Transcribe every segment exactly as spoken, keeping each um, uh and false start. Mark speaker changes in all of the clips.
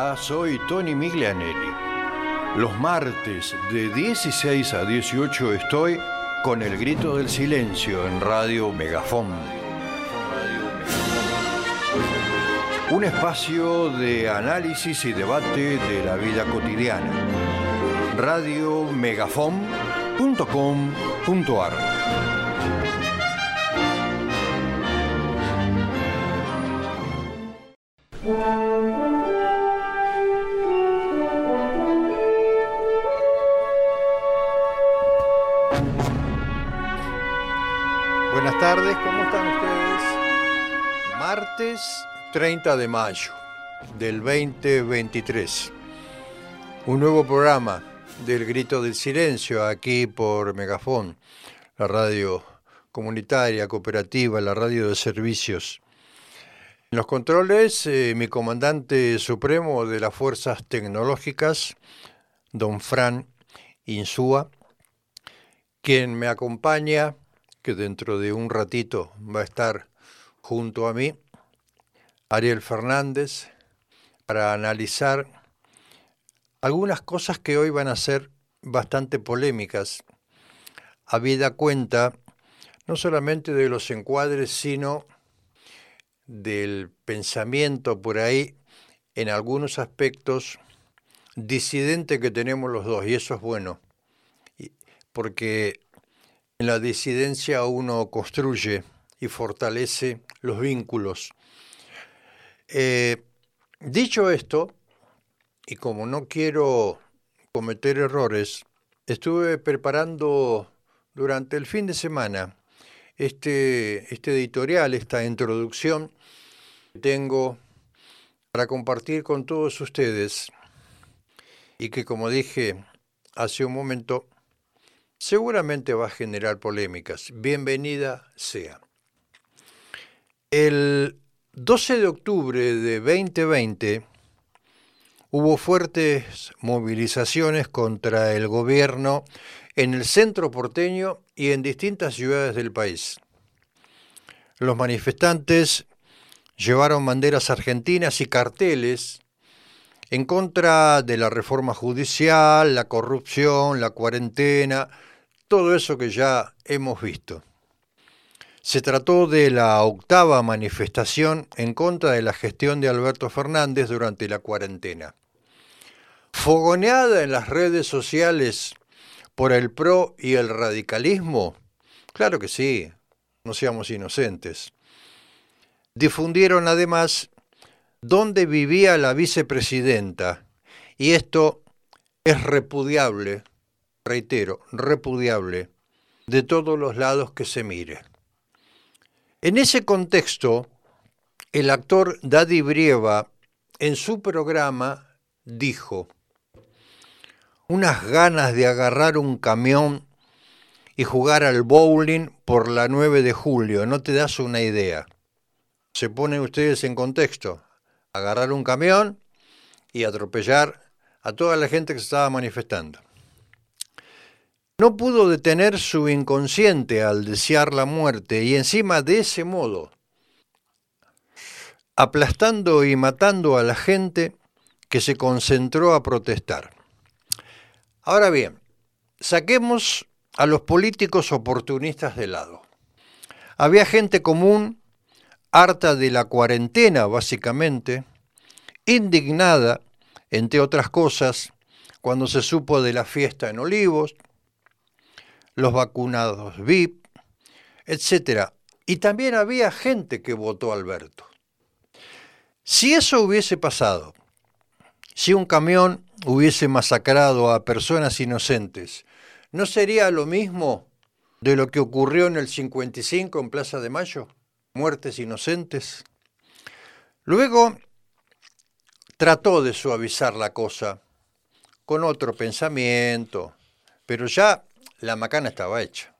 Speaker 1: Hola, soy Tony Miglianelli. Los martes de dieciséis a dieciocho estoy con El Grito del Silencio en Radio Megafón. Un espacio de análisis y debate de la vida cotidiana. radio megafon punto com punto a r. Buenas tardes, ¿cómo están ustedes? Martes treinta de mayo del veinte veintitrés. Un nuevo programa del Grito del Silencio aquí por Megafón, la radio comunitaria, cooperativa, la radio de servicios. En los controles, eh, mi comandante supremo de las fuerzas tecnológicas, don Fran Insúa, quien me acompaña, que dentro de un ratito va a estar junto a mí, Ariel Fernández, para analizar algunas cosas que hoy van a ser bastante polémicas, habida cuenta no solamente de los encuadres, sino del pensamiento por ahí, en algunos aspectos, disidente que tenemos los dos, y eso es bueno, porque en la disidencia uno construye y fortalece los vínculos. Eh, dicho esto, y como no quiero cometer errores, estuve preparando durante el fin de semana este, este editorial, esta introducción que tengo para compartir con todos ustedes y que, como dije hace un momento, seguramente va a generar polémicas. Bienvenida sea. El doce de octubre de veinte veinte hubo fuertes movilizaciones contra el gobierno en el centro porteño y en distintas ciudades del país. Los manifestantes llevaron banderas argentinas y carteles en contra de la reforma judicial, la corrupción, la cuarentena, todo eso que ya hemos visto. Se trató de la octava manifestación en contra de la gestión de Alberto Fernández durante la cuarentena. Fogoneada en las redes sociales por el P R O y el radicalismo, claro que sí, no seamos inocentes. Difundieron además dónde vivía la vicepresidenta, y esto es repudiable, reitero, repudiable, de todos los lados que se mire. En ese contexto, el actor Daddy Brieva, en su programa, dijo: unas ganas de agarrar un camión y jugar al bowling por la nueve de julio, no te das una idea. Se ponen ustedes en contexto, agarrar un camión y atropellar a toda la gente que se estaba manifestando. No pudo detener su inconsciente al desear la muerte y encima de ese modo, aplastando y matando a la gente que se concentró a protestar. Ahora bien, saquemos a los políticos oportunistas de lado. Había gente común, harta de la cuarentena básicamente, indignada, entre otras cosas, cuando se supo de la fiesta en Olivos, los vacunados V I P, etcétera. Y también había gente que votó a Alberto. Si eso hubiese pasado, si un camión hubiese masacrado a personas inocentes, ¿no sería lo mismo de lo que ocurrió en el cincuenta y cinco en Plaza de Mayo? Muertes inocentes. Luego trató de suavizar la cosa con otro pensamiento, pero ya la macana estaba hecha.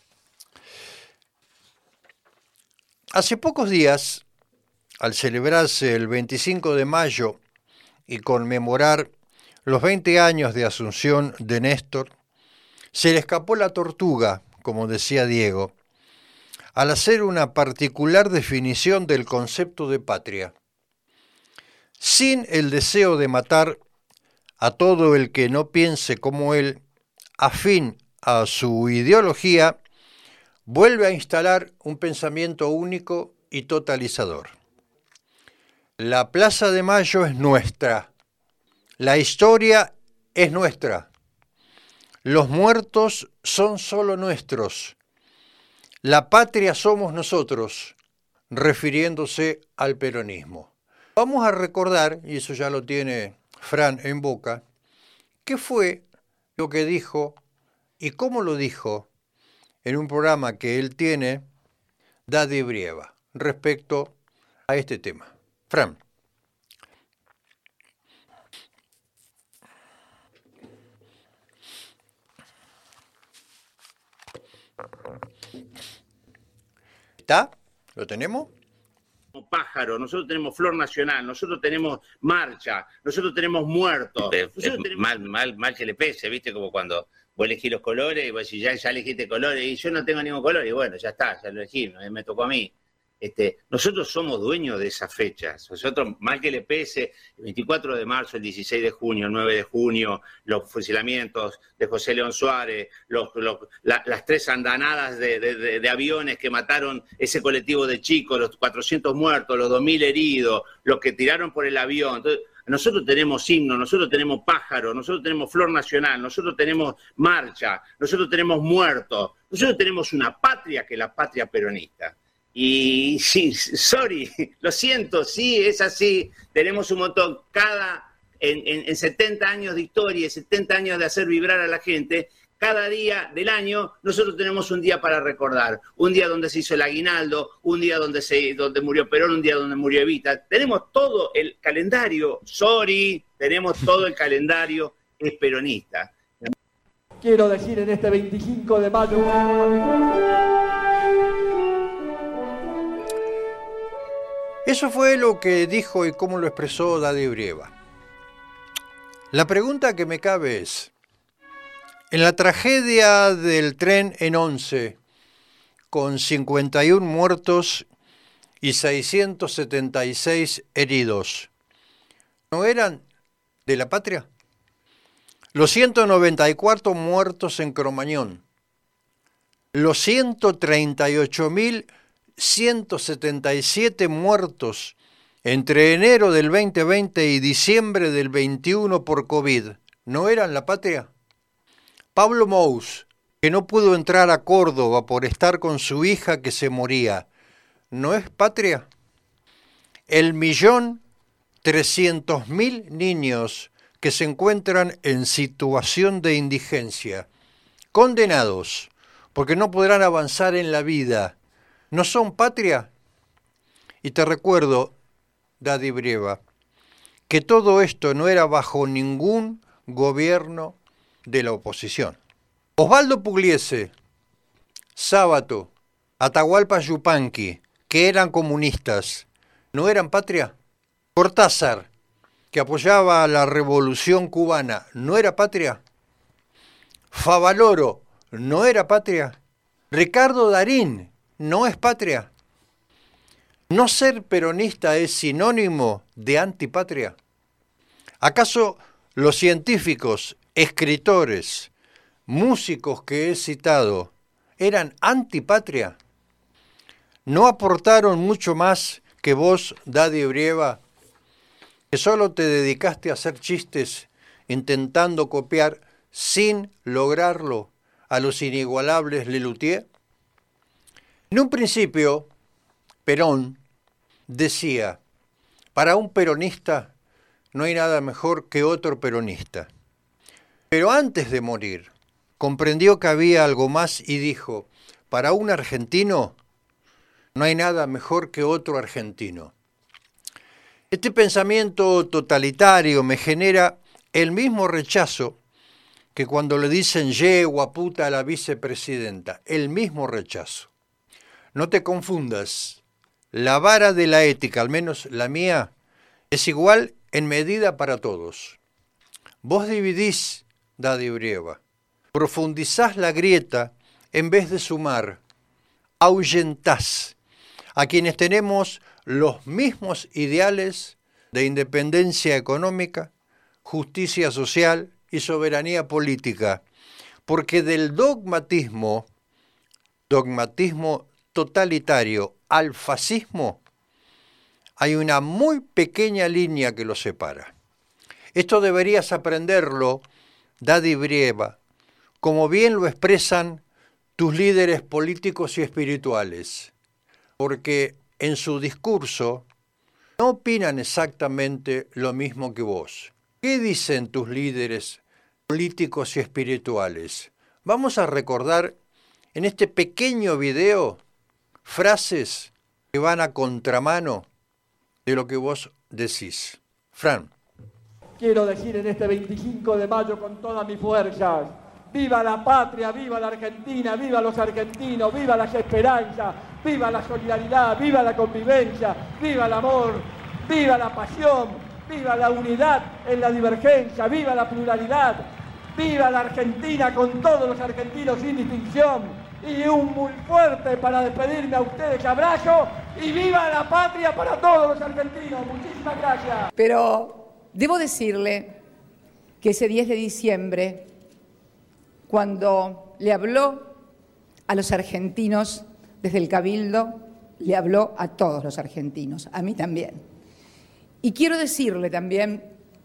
Speaker 1: Hace pocos días, al celebrarse el veinticinco de mayo y conmemorar los veinte años de asunción de Néstor, se le escapó la tortuga, como decía Diego, al hacer una particular definición del concepto de patria. sin el deseo de matar a todo el que no piense como él, afín a su ideología, vuelve a instalar un pensamiento único y totalizador. La Plaza de Mayo es nuestra, la historia es nuestra, los muertos son solo nuestros, la patria somos nosotros, refiriéndose al peronismo. Vamos a recordar, y eso ya lo tiene Fran en boca, qué fue lo que dijo y cómo lo dijo en un programa que él tiene, Daddy Brieva, respecto a este tema. Fran. ¿Está? ¿Lo tenemos?
Speaker 2: Pájaro, nosotros tenemos flor nacional, nosotros tenemos marcha, nosotros tenemos muertos. Nosotros
Speaker 3: Es
Speaker 2: tenemos...
Speaker 3: Mal, mal, mal que le pese, ¿viste? Como cuando vos elegís los colores y vos decís, ya, ya elegiste colores y yo no tengo ningún color y bueno, ya está, ya lo elegí, me tocó a mí. Este, nosotros somos dueños de esas fechas. Nosotros, mal que le pese, el veinticuatro de marzo, el dieciséis de junio, el nueve de junio, los fusilamientos de José León Suárez, los, los, la, las tres andanadas de, de, de, de aviones que mataron ese colectivo de chicos, los cuatrocientos muertos, los dos mil heridos, los que tiraron por el avión. Entonces, nosotros tenemos himno, nosotros tenemos pájaro, nosotros tenemos flor nacional, nosotros tenemos marcha, nosotros tenemos muertos, nosotros tenemos una patria que es la patria peronista. Y sí, sorry, lo siento, sí, es así, tenemos un montón, cada, en, en, en setenta años de historia, setenta años de hacer vibrar a la gente, cada día del año nosotros tenemos un día para recordar, un día donde se hizo el aguinaldo, un día donde, se, donde murió Perón, un día donde murió Evita, tenemos todo el calendario, sorry, tenemos todo el calendario, es peronista.
Speaker 4: Quiero decir en este veinticinco de mayo...
Speaker 1: Eso fue lo que dijo y cómo lo expresó Daddy Brieva. La pregunta que me cabe es, en la tragedia del tren en Once, con cincuenta y uno muertos y seiscientos setenta y seis heridos, ¿no eran de la patria? Los ciento noventa y cuatro muertos en Cromañón, los ciento treinta y ocho mil ciento setenta y siete muertos entre enero del veinte veinte y diciembre del veintiuno por COVID, ¿no eran la patria? Pablo Mous, que no pudo entrar a Córdoba por estar con su hija que se moría, ¿no es patria? El millón trescientos mil niños que se encuentran en situación de indigencia, condenados porque no podrán avanzar en la vida, ¿no son patria? Y te recuerdo, Daddy Brieva, que todo esto no era bajo ningún gobierno de la oposición. Osvaldo Pugliese, Sábato, Atahualpa Yupanqui, que eran comunistas, ¿no eran patria? Cortázar, que apoyaba a la revolución cubana, ¿no era patria? Favaloro, ¿no era patria? Ricardo Darín, ¿no es patria? ¿No ser peronista es sinónimo de antipatria? ¿Acaso los científicos, escritores, músicos que he citado eran antipatria? ¿No aportaron mucho más que vos, Daddy Brieva, que solo te dedicaste a hacer chistes intentando copiar sin lograrlo a los inigualables Lelutier? En un principio, Perón decía, para un peronista no hay nada mejor que otro peronista. Pero antes de morir, comprendió que había algo más y dijo, para un argentino no hay nada mejor que otro argentino. Este pensamiento totalitario me genera el mismo rechazo que cuando le dicen yegua puta a la vicepresidenta, el mismo rechazo. No te confundas, la vara de la ética, al menos la mía, es igual en medida para todos. Vos dividís, Daddy Brieva, profundizás la grieta en vez de sumar, ahuyentás a quienes tenemos los mismos ideales de independencia económica, justicia social y soberanía política, porque del dogmatismo, dogmatismo totalitario al fascismo, hay una muy pequeña línea que lo separa. Esto deberías aprenderlo, Dadi Brieva, como bien lo expresan tus líderes políticos y espirituales, porque en su discurso no opinan exactamente lo mismo que vos. ¿Qué dicen tus líderes políticos y espirituales? Vamos a recordar en este pequeño video frases que van a contramano de lo que vos decís. Fran.
Speaker 4: Quiero decir en este veinticinco de mayo con todas mis fuerzas: ¡viva la patria, viva la Argentina, viva los argentinos, viva las esperanzas, viva la solidaridad, viva la convivencia, viva el amor, viva la pasión, viva la unidad en la divergencia, viva la pluralidad, viva la Argentina con todos los argentinos sin distinción! Y un muy fuerte para despedirme a ustedes, abrazo, y viva la patria para todos los argentinos. Muchísimas gracias.
Speaker 5: Pero debo decirle que ese diez de diciembre, cuando le habló a los argentinos desde el Cabildo, le habló a todos los argentinos, a mí también. Y quiero decirle también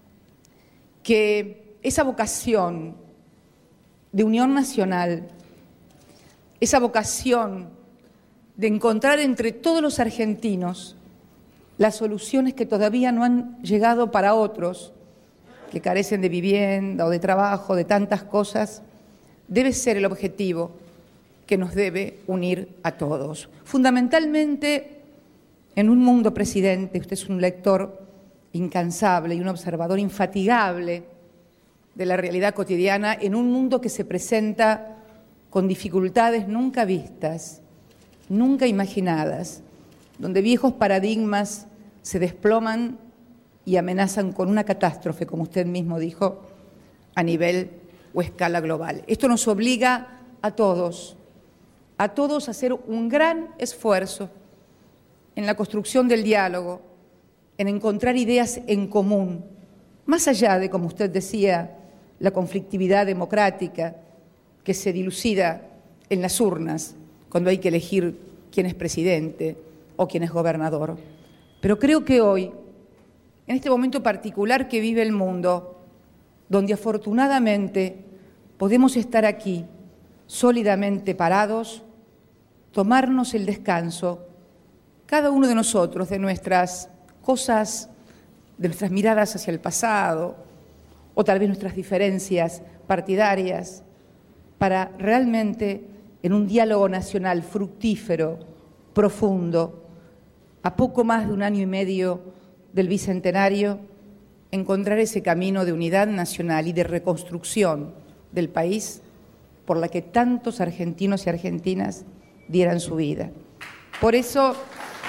Speaker 5: que esa vocación de unión nacional, esa vocación de encontrar entre todos los argentinos las soluciones que todavía no han llegado para otros, que carecen de vivienda o de trabajo, de tantas cosas, debe ser el objetivo que nos debe unir a todos. Fundamentalmente, en un mundo, presidente, usted es un lector incansable y un observador infatigable de la realidad cotidiana, en un mundo que se presenta con dificultades nunca vistas, nunca imaginadas, donde viejos paradigmas se desploman y amenazan con una catástrofe, como usted mismo dijo, a nivel o escala global. Esto nos obliga a todos, a todos a hacer un gran esfuerzo en la construcción del diálogo, en encontrar ideas en común, más allá de, como usted decía, la conflictividad democrática que se dilucida en las urnas cuando hay que elegir quién es presidente o quién es gobernador. Pero creo que hoy, en este momento particular que vive el mundo, donde afortunadamente podemos estar aquí sólidamente parados, tomarnos el descanso, cada uno de nosotros, de nuestras cosas, de nuestras miradas hacia el pasado, o tal vez nuestras diferencias partidarias, para realmente, en un diálogo nacional fructífero, profundo, a poco más de un año y medio del Bicentenario, encontrar ese camino de unidad nacional y de reconstrucción del país por la que tantos argentinos y argentinas dieran su vida. Por eso,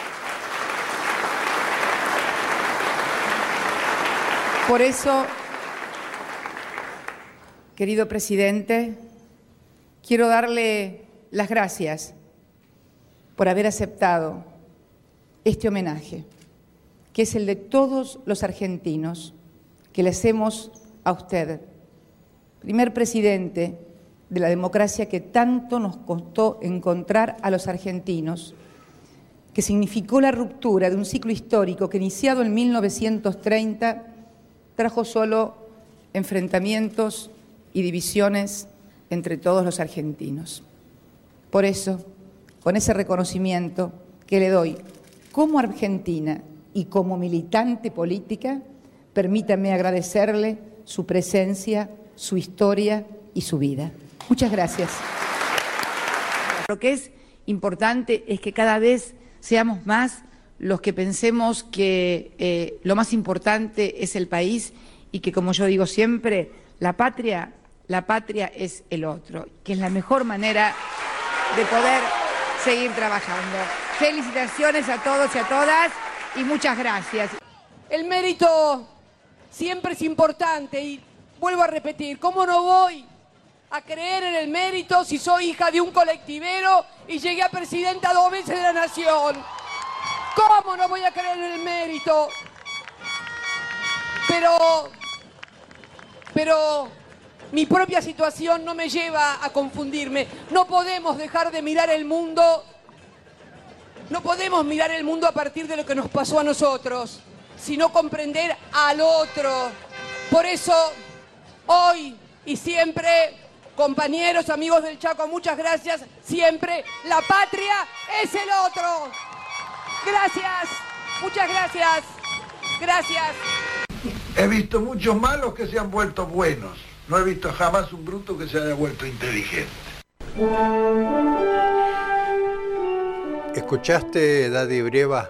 Speaker 5: por eso, querido presidente, quiero darle las gracias por haber aceptado este homenaje, que es el de todos los argentinos que le hacemos a usted, primer presidente de la democracia que tanto nos costó encontrar a los argentinos, que significó la ruptura de un ciclo histórico que, iniciado en mil novecientos treinta, trajo solo enfrentamientos y divisiones entre todos los argentinos. Por eso, con ese reconocimiento que le doy como argentina y como militante política, permítame agradecerle su presencia, su historia y su vida. Muchas gracias. Lo que es importante es que cada vez seamos más los que pensemos que eh, lo más importante es el país y que, como yo digo siempre, la patria, la patria es el otro, que es la mejor manera de poder seguir trabajando. Felicitaciones a todos y a todas y muchas gracias.
Speaker 6: El mérito siempre es importante y vuelvo a repetir, ¿cómo no voy a creer en el mérito si soy hija de un colectivero y llegué a presidenta dos veces de la Nación? ¿Cómo no voy a creer en el mérito? Pero, pero mi propia situación no me lleva a confundirme. No podemos dejar de mirar el mundo, no podemos mirar el mundo a partir de lo que nos pasó a nosotros, sino comprender al otro. Por eso, hoy y siempre, compañeros, amigos del Chaco, muchas gracias. Siempre, la patria es el otro. Gracias, muchas gracias. Gracias.
Speaker 7: He visto muchos malos que se han vuelto buenos. No he visto jamás un bruto que se haya vuelto inteligente.
Speaker 1: ¿Escuchaste, Daddy Brieva?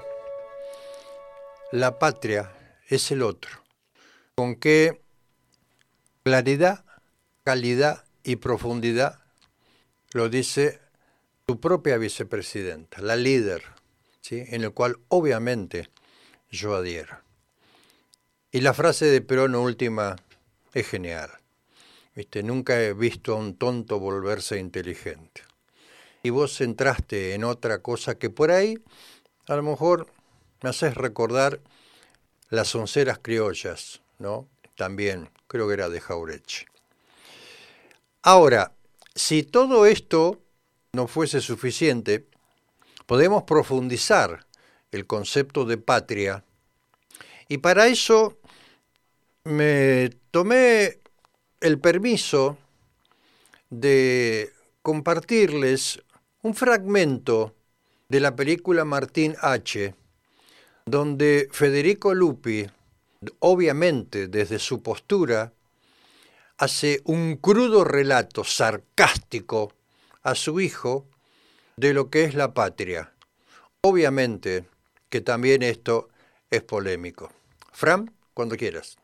Speaker 1: La patria es el otro. ¿Con qué claridad, calidad y profundidad lo dice su propia vicepresidenta, la líder, ¿sí? En el cual obviamente yo adhiero? Y la frase de Perón última es genial. ¿Viste? Nunca he visto a un tonto volverse inteligente. Y vos entraste en otra cosa que por ahí, a lo mejor, me haces recordar las onceras criollas, ¿no? También, creo que era de Jauretche. Ahora, si todo esto no fuese suficiente, podemos profundizar el concepto de patria, y para eso me tomé el permiso de compartirles un fragmento de la película Martín H., donde Federico Lupi, obviamente desde su postura, hace un crudo relato sarcástico a su hijo de lo que es la patria. Obviamente que también esto es polémico. Fran, cuando quieras.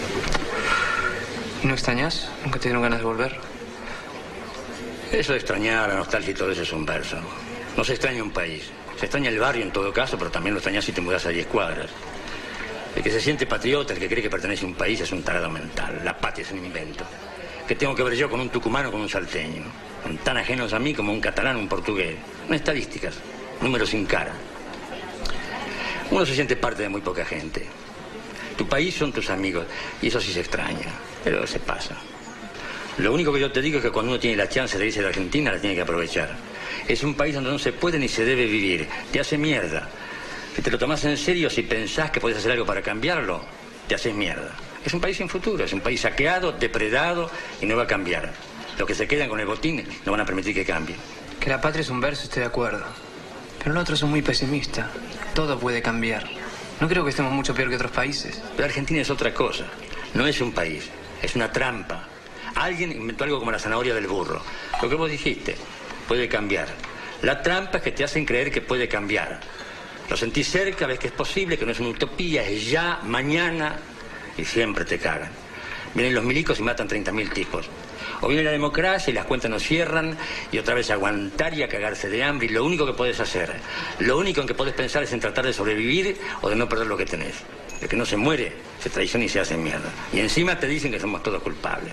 Speaker 8: ¿No extrañas? ¿Nunca te dieron ganas de volver?
Speaker 9: Eso de extrañar, la nostalgia y todo eso es un verso. No se extraña un país. Se extraña el barrio en todo caso, pero también lo extrañas si te mudas a diez cuadras. El que se siente patriota, el que cree que pertenece a un país, es un tarado mental. La patria es un invento. ¿Qué tengo que ver yo con un tucumano o con un salteño? Son tan ajenos a mí como un catalán o un portugués. No estadísticas, números sin cara. Uno se siente parte de muy poca gente. Tu país son tus amigos, y eso sí se extraña, pero se pasa. Lo único que yo te digo es que cuando uno tiene la chance de irse de Argentina, la tiene que aprovechar. Es un país donde no se puede ni se debe vivir. Te hace mierda. Si te lo tomás en serio, si pensás que podés hacer algo para cambiarlo, te haces mierda. Es un país sin futuro, es un país saqueado, depredado y no va a cambiar. Los que se quedan con el botín no van a permitir que cambie.
Speaker 8: Que la patria es un verso, estoy de acuerdo. Pero los otros son muy pesimistas. Todo puede cambiar. No creo que estemos mucho peor que otros países.
Speaker 9: Pero Argentina es otra cosa. No es un país, es una trampa. Alguien inventó algo como la zanahoria del burro. Lo que vos dijiste, puede cambiar. La trampa es que te hacen creer que puede cambiar. Lo sentís cerca, ves que es posible, que no es una utopía, es ya, mañana, y siempre te cagan. Vienen los milicos y matan treinta mil tipos. O viene la democracia y las cuentas no cierran, y otra vez aguantar y a cagarse de hambre, y lo único que podés hacer, lo único en que podés pensar es en tratar de sobrevivir o de no perder lo que tenés. El que no se muere, se traiciona y se hace mierda. Y encima te dicen que somos todos culpables.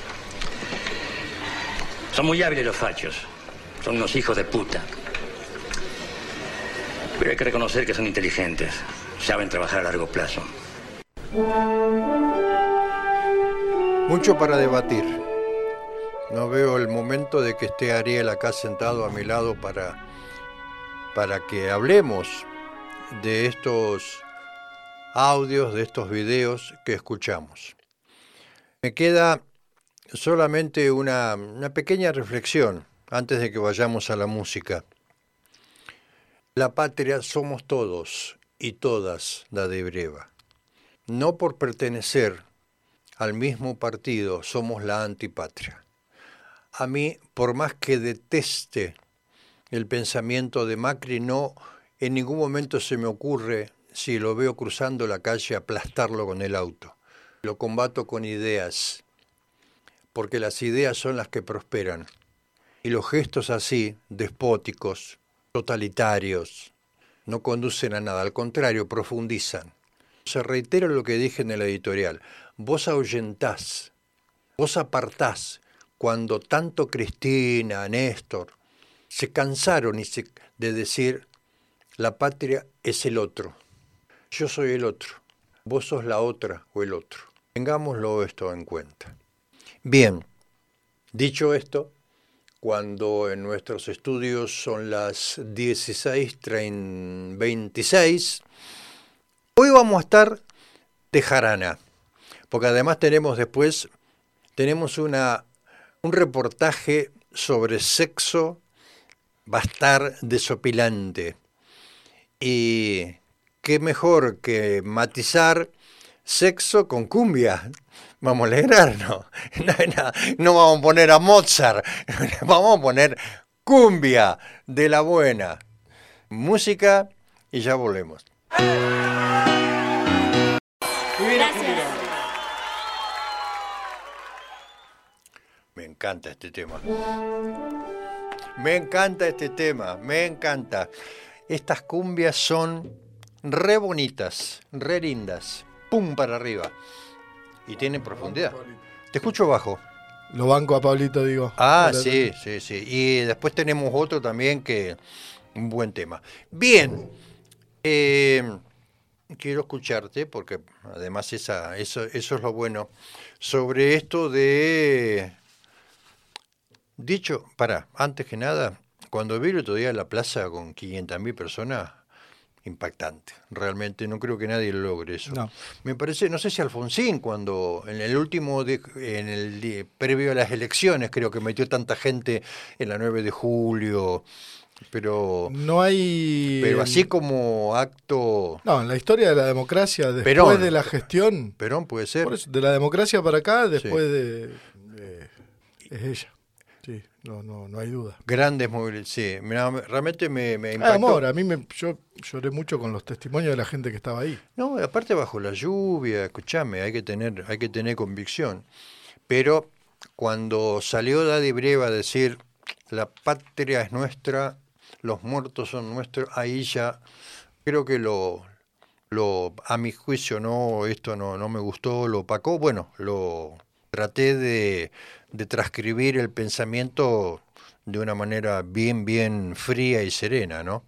Speaker 9: Son muy hábiles los fachos. Son unos hijos de puta. Pero hay que reconocer que son inteligentes. Saben trabajar a largo plazo.
Speaker 1: Mucho para debatir. No veo el momento de que esté Ariel acá sentado a mi lado para, para que hablemos de estos audios, de estos videos que escuchamos. Me queda solamente una, una pequeña reflexión antes de que vayamos a la música. La patria somos todos y todas, Daddy Brieva. No por pertenecer al mismo partido somos la antipatria. A mí, por más que deteste el pensamiento de Macri, no en ningún momento se me ocurre, si lo veo cruzando la calle, aplastarlo con el auto. Lo combato con ideas, porque las ideas son las que prosperan. Y los gestos así, despóticos, totalitarios, no conducen a nada, al contrario, profundizan. Se reitera lo que dije en el editorial, vos ahuyentás, vos apartás, cuando tanto Cristina, Néstor, se cansaron y se, de decir, la patria es el otro, yo soy el otro, vos sos la otra o el otro. Tengámoslo esto en cuenta. Bien, dicho esto, cuando en nuestros estudios son las dieciséis veintiséis, hoy vamos a estar de jarana, porque además tenemos después, tenemos una, un reportaje sobre sexo, va a estar desopilante. Y qué mejor que matizar sexo con cumbia. Vamos a alegrarnos. No, no, no vamos a poner a Mozart, vamos a poner cumbia de la buena. Música y ya volvemos.
Speaker 10: Gracias.
Speaker 1: Me encanta este tema. Me encanta este tema, me encanta. Estas cumbias son re bonitas, re lindas. Pum para arriba. Y tienen profundidad. Te escucho bajo.
Speaker 11: Lo banco a Pablito, digo.
Speaker 1: Ah, sí, sí, sí. Y después tenemos otro también que... Un buen tema. Bien. Eh, quiero escucharte, porque además esa, eso, eso es lo bueno. Sobre esto de... Dicho, para, antes que nada, cuando vi el otro día en la plaza con quinientas mil personas... Impactante, realmente no creo que nadie lo logre eso.
Speaker 11: No.
Speaker 1: Me parece, no sé si Alfonsín cuando en el último, de, en el de, previo a las elecciones, creo que metió tanta gente en la nueve de julio, pero
Speaker 11: no hay,
Speaker 1: pero así como acto.
Speaker 11: No, en la historia de la democracia después
Speaker 1: Perón,
Speaker 11: de la gestión.
Speaker 1: Perón puede ser.
Speaker 11: Por eso, de la democracia para acá, después sí. de, de es ella. Sí, no, no, no hay duda.
Speaker 1: Grandes movilizaciones, sí, me, realmente me, me impactó.
Speaker 11: Ah, amor, a mí me, yo lloré mucho con los testimonios de la gente que estaba ahí.
Speaker 1: No, aparte bajo la lluvia, escúchame, hay que tener, hay que tener convicción. Pero cuando salió Daddy Breva a decir la patria es nuestra, los muertos son nuestros, ahí ya creo que lo, lo a mi juicio no, esto no, no me gustó, lo opacó, bueno, lo traté de de transcribir el pensamiento de una manera bien, bien fría y serena, ¿no?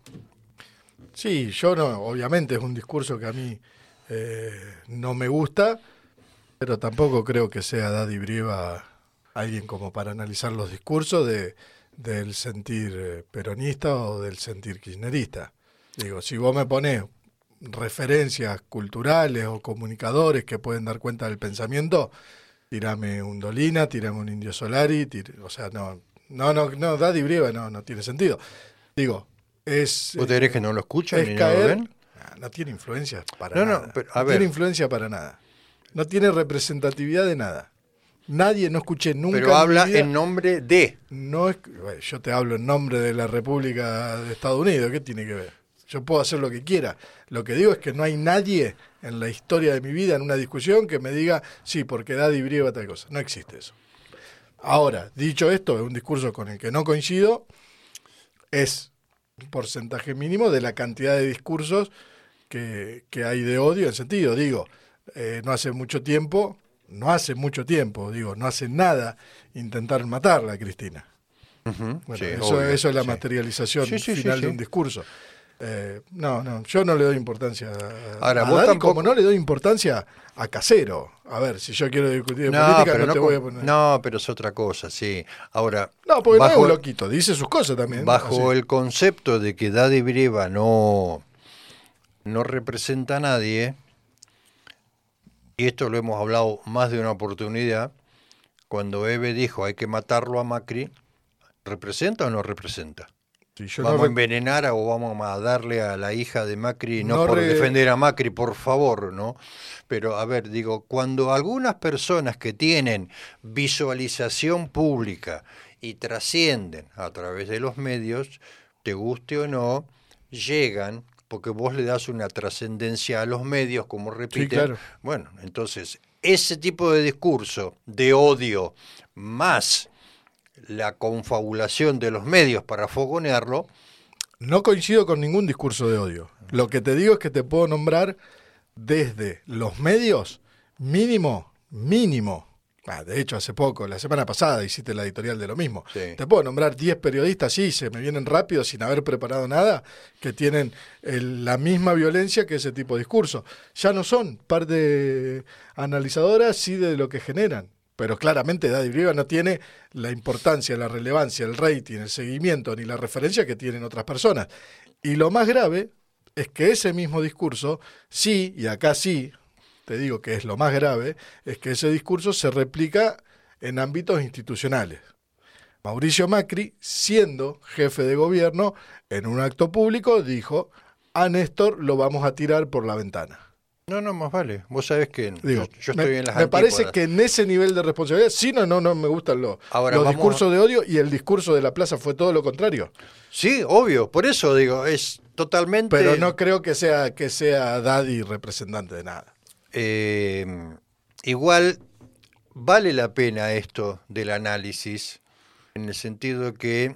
Speaker 11: Sí, yo no, obviamente es un discurso que a mí eh, no me gusta, pero tampoco creo que sea Daddy Brieva alguien como para analizar los discursos de, del sentir peronista o del sentir kirchnerista. Digo, si vos me ponés referencias culturales o comunicadores que pueden dar cuenta del pensamiento... Tirame un Dolina, tirame un Indio Solari, tir, o sea, no, no, no, no, Daddy Brieva no, no tiene sentido. Digo, es...
Speaker 1: ¿Vos te crees que no lo escuchan ni
Speaker 11: caer,
Speaker 1: no lo ven?
Speaker 11: No, no tiene influencia para
Speaker 1: no,
Speaker 11: nada.
Speaker 1: No, pero, a
Speaker 11: no
Speaker 1: ver.
Speaker 11: tiene influencia para nada. No tiene representatividad de nada. Nadie, no escuché nunca.
Speaker 1: Pero habla
Speaker 11: en,
Speaker 1: en nombre de...
Speaker 11: No es, bueno, yo te hablo en nombre de la República de Estados Unidos, ¿qué tiene que ver? Yo puedo hacer lo que quiera. Lo que digo es que no hay nadie en la historia de mi vida, en una discusión, que me diga, sí, porque Daddy Brieva tal cosa. No existe eso. Ahora, dicho esto, es un discurso con el que no coincido, es un porcentaje mínimo de la cantidad de discursos que, que hay de odio en sentido. Digo, eh, no hace mucho tiempo, no hace mucho tiempo, digo, no hace nada intentar matarla a Cristina. Uh-huh, bueno, sí, eso, obvio, eso es la sí. materialización sí, sí, final sí, sí. de un discurso. Eh, no, no, yo no le doy importancia a,
Speaker 1: Ahora,
Speaker 11: a
Speaker 1: vos
Speaker 11: Daddy,
Speaker 1: tampoco...
Speaker 11: como no le doy importancia a Casero. A ver, si yo quiero discutir de
Speaker 1: no,
Speaker 11: política, no,
Speaker 1: no
Speaker 11: te
Speaker 1: con...
Speaker 11: voy a poner...
Speaker 1: No, pero es otra cosa, sí. Ahora...
Speaker 11: No, porque bajo... no es un loquito, dice sus cosas también.
Speaker 1: Bajo
Speaker 11: así.
Speaker 1: el concepto de que Daddy Brieva no, no representa a nadie, y esto lo hemos hablado más de una oportunidad, cuando Eve dijo hay que matarlo a Macri, ¿representa o no representa? Sí, yo vamos no re... a envenenar o vamos a darle a la hija de Macri, no, no por re... defender a Macri, por favor, ¿no? Pero, a ver, digo, cuando algunas personas que tienen visualización pública y trascienden a través de los medios, te guste o no, llegan, porque vos le das una trascendencia a los medios, como repiten.
Speaker 11: Sí, claro.
Speaker 1: Bueno, entonces, ese tipo de discurso de odio más... la confabulación de los medios para fogonearlo.
Speaker 11: No coincido con ningún discurso de odio. Lo que te digo es que te puedo nombrar desde los medios, mínimo, mínimo, Ah, de hecho, hace poco, la semana pasada, hiciste la editorial de lo mismo.
Speaker 1: Sí.
Speaker 11: Te puedo nombrar diez periodistas, sí, se me vienen rápido, sin haber preparado nada, que tienen el, la misma violencia que ese tipo de discurso. Ya no son parte analizadora, sí, de lo que generan. Pero claramente Daddy Brieva no tiene la importancia, la relevancia, el rating, el seguimiento, ni la referencia que tienen otras personas. Y lo más grave es que ese mismo discurso, sí, y acá sí, te digo que es lo más grave, es que ese discurso se replica en ámbitos institucionales. Mauricio Macri, siendo jefe de gobierno, en un acto público dijo, a Néstor lo vamos a tirar por la ventana.
Speaker 1: No, no, más vale. Vos sabés que
Speaker 11: Digo,
Speaker 1: yo, yo estoy
Speaker 11: me,
Speaker 1: en las
Speaker 11: me parece
Speaker 1: antípodas.
Speaker 11: que en ese nivel de responsabilidad, sí, no, no, no me gustan los,
Speaker 1: Ahora,
Speaker 11: los
Speaker 1: vamos
Speaker 11: discursos
Speaker 1: a...
Speaker 11: de odio, y el discurso de la plaza fue todo lo contrario.
Speaker 1: Sí, obvio, por eso digo, es totalmente...
Speaker 11: Pero no creo que sea, que sea Daddy representante de nada.
Speaker 1: Eh, igual vale la pena esto del análisis, en el sentido que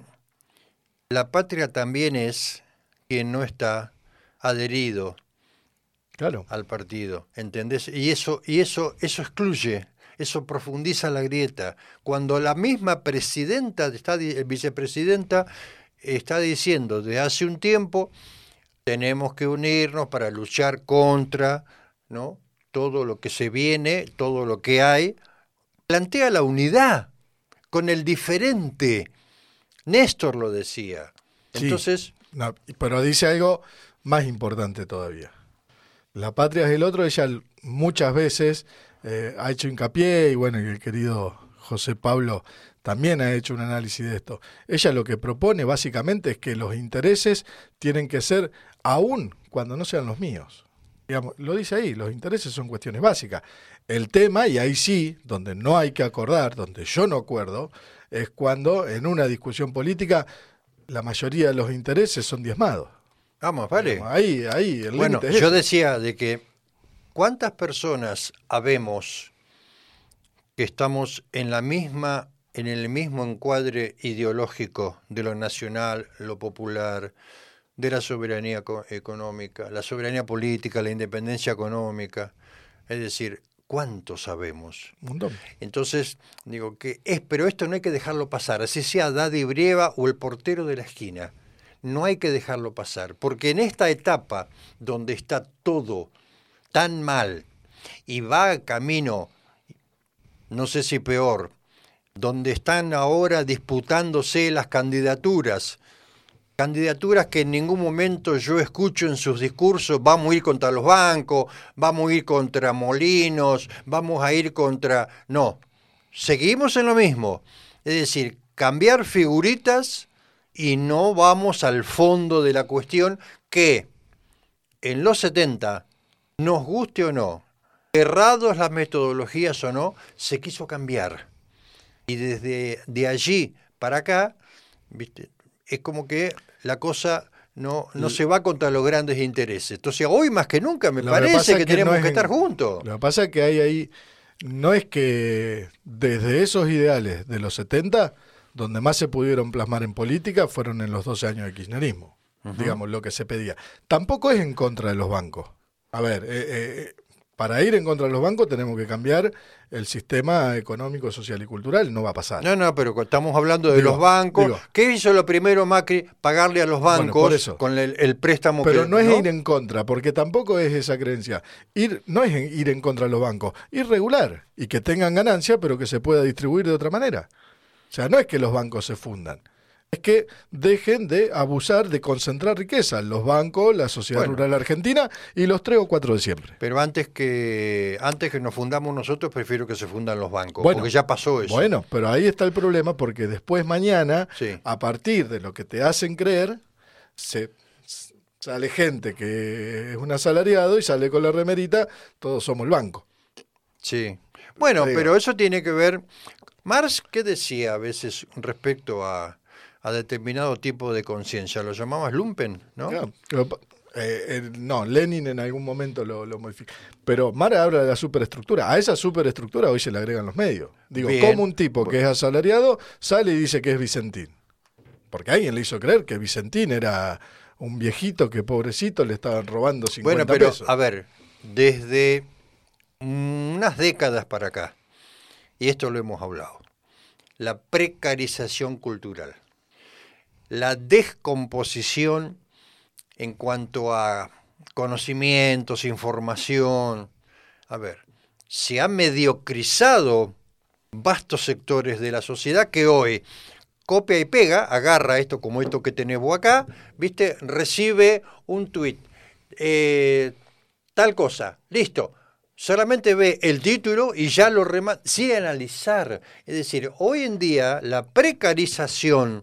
Speaker 1: la patria también es quien no está adherido
Speaker 11: claro.
Speaker 1: al partido, ¿entendés? Y eso, y eso, eso excluye, eso profundiza la grieta. Cuando la misma presidenta, está, vicepresidenta, está diciendo desde hace un tiempo, tenemos que unirnos para luchar contra, ¿no?, todo lo que se viene, todo lo que hay, plantea la unidad con el diferente. Néstor lo decía. Entonces,
Speaker 11: sí, no, pero dice algo más importante todavía. La patria es el otro. Ella muchas veces eh, ha hecho hincapié, y bueno, y el querido José Pablo también ha hecho un análisis de esto. Ella lo que propone básicamente es que los intereses tienen que ser aún cuando no sean los míos. Digamos, lo dice ahí, los intereses son cuestiones básicas. El tema, y ahí sí, donde no hay que acordar, donde yo no acuerdo, es cuando en una discusión política la mayoría de los intereses son diezmados.
Speaker 1: Vamos, vale.
Speaker 11: Digamos, ahí, ahí, el
Speaker 1: bueno,
Speaker 11: límite es
Speaker 1: yo
Speaker 11: ese.
Speaker 1: decía de que ¿cuántas personas habemos que estamos en la misma, en el mismo encuadre ideológico de lo nacional, lo popular, de la soberanía económica, la soberanía política, la independencia económica? Es decir, ¿cuánto sabemos?
Speaker 11: Un montón.
Speaker 1: Entonces, digo que es, pero esto no hay que dejarlo pasar, así sea Daddy Brieva o el portero de la esquina. No hay que dejarlo pasar, porque en esta etapa donde está todo tan mal y va camino, no sé si peor, donde están ahora disputándose las candidaturas, Candidaturas que en ningún momento yo escucho en sus discursos, vamos a ir contra los bancos, vamos a ir contra Molinos, vamos a ir contra... No, seguimos en lo mismo. Es decir, cambiar figuritas y no vamos al fondo de la cuestión que en los setenta, nos guste o no, errados las metodologías o no, se quiso cambiar. Y desde de allí para acá, ¿viste?, es como que la cosa no, no se va contra los grandes intereses. Entonces, hoy más que nunca me
Speaker 11: Lo
Speaker 1: parece que,
Speaker 11: que,
Speaker 1: que tenemos
Speaker 11: no
Speaker 1: que
Speaker 11: en,
Speaker 1: estar juntos.
Speaker 11: Lo que pasa es que hay ahí, no es que desde esos ideales de los setenta, donde más se pudieron plasmar en política, fueron en los doce años de kirchnerismo, uh-huh. digamos, lo que se pedía. Tampoco es en contra de los bancos. A ver, eh, eh, para ir en contra de los bancos tenemos que cambiar el sistema económico, social y cultural, no va a pasar.
Speaker 1: No, no, pero estamos hablando de
Speaker 11: digo,
Speaker 1: los bancos.
Speaker 11: Digo,
Speaker 1: ¿Qué hizo lo primero Macri? Pagarle a los bancos
Speaker 11: bueno, por eso.
Speaker 1: con el, el préstamo
Speaker 11: pero
Speaker 1: que...
Speaker 11: no es
Speaker 1: ¿no?
Speaker 11: ir en contra, porque tampoco es esa creencia. Ir no es ir en contra de los bancos, ir regular y que tengan ganancia, pero que se pueda distribuir de otra manera. O sea, no es que los bancos se fundan. Es que dejen de abusar, de concentrar riqueza, los bancos, la sociedad
Speaker 1: bueno,
Speaker 11: rural argentina y los tres o cuatro de siempre.
Speaker 1: Pero antes que antes que nos fundamos nosotros, prefiero que se fundan los bancos,
Speaker 11: bueno,
Speaker 1: porque ya pasó eso.
Speaker 11: Bueno, pero ahí está el problema, porque después mañana,
Speaker 1: sí.
Speaker 11: a partir de lo que te hacen creer, se sale gente que es un asalariado y sale con la remerita, todos somos el banco.
Speaker 1: Sí. Bueno, pero eso tiene que ver... Marx, ¿qué decía a veces respecto a... a determinado tipo de conciencia? Lo llamabas lumpen, ¿no?
Speaker 11: No, eh, eh, no, Lenin en algún momento lo, lo modifica. Pero Marx habla de la superestructura. A esa superestructura hoy se le agregan los medios. Digo,
Speaker 1: bien.
Speaker 11: ¿Cómo un tipo que es asalariado sale y dice que es Vicentín? Porque alguien le hizo creer que Vicentín era un viejito que pobrecito le estaban robando cincuenta
Speaker 1: bueno, pero,
Speaker 11: pesos.
Speaker 1: A ver, desde unas décadas para acá, y esto lo hemos hablado, la precarización cultural, la descomposición en cuanto a conocimientos, información. A ver, se han mediocrizado vastos sectores de la sociedad que hoy copia y pega, agarra esto como esto que tenemos acá, ¿viste? Recibe un tuit, eh, tal cosa, listo. Solamente ve el título y ya lo remata, sin analizar. Es decir, hoy en día la precarización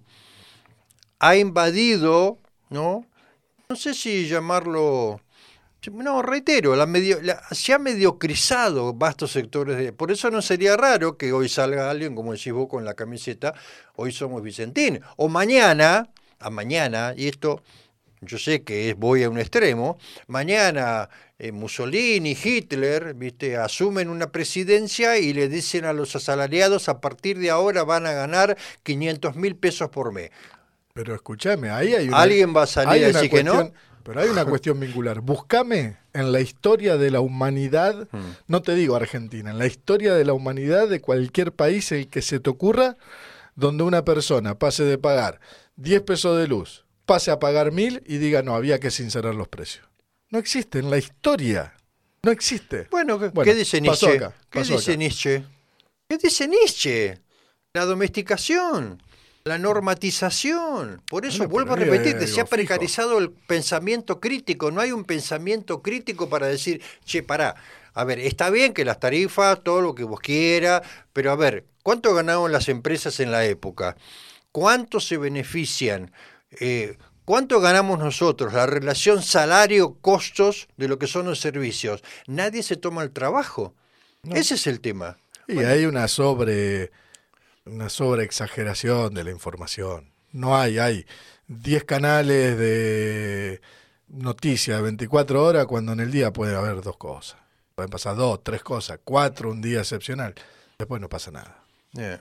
Speaker 1: ha invadido, ¿no? No sé si llamarlo, no, reitero, la medio, la, se ha mediocrizado vastos sectores. De, por eso no sería raro que hoy salga alguien, como decís vos, con la camiseta, hoy somos Vicentín. O mañana, a mañana, y esto yo sé que es, voy a un extremo, mañana eh, Mussolini, Hitler, ¿viste? Asumen una presidencia y le dicen a los asalariados, a partir de ahora van a ganar quinientos mil pesos por mes.
Speaker 11: Pero escúchame, ahí hay una...
Speaker 1: ¿Alguien va a salir a decir que no?
Speaker 11: Pero hay una cuestión vincular. Búscame en la historia de la humanidad, hmm. no te digo Argentina, en la historia de la humanidad de cualquier país el que se te ocurra, donde una persona pase de pagar diez pesos de luz, pase a pagar mil y diga, no, había que sincerar los precios. No existe en la historia. No existe.
Speaker 1: Bueno, ¿qué,
Speaker 11: bueno,
Speaker 1: ¿qué dice Nietzsche?
Speaker 11: Acá,
Speaker 1: ¿Qué dice
Speaker 11: acá.
Speaker 1: Nietzsche? ¿Qué dice Nietzsche? La domesticación. La normatización. Por eso,
Speaker 11: bueno,
Speaker 1: vuelvo a
Speaker 11: ahí
Speaker 1: repetirte, se ha
Speaker 11: fijo.
Speaker 1: precarizado el pensamiento crítico. No hay un pensamiento crítico para decir, che, pará, a ver, está bien que las tarifas, todo lo que vos quieras, pero a ver, ¿cuánto ganaban las empresas en la época? ¿Cuánto se benefician? Eh, ¿Cuánto ganamos nosotros? La relación salario-costos de lo que son los servicios. Nadie se toma el trabajo. No. Ese es el tema.
Speaker 11: Y
Speaker 1: bueno.
Speaker 11: hay una sobre... una sobreexageración de la información. No hay, hay diez canales de noticias de veinticuatro horas cuando en el día puede haber dos cosas. Pueden pasar dos, tres cosas, cuatro, un día excepcional. Después no pasa nada.
Speaker 1: Yeah.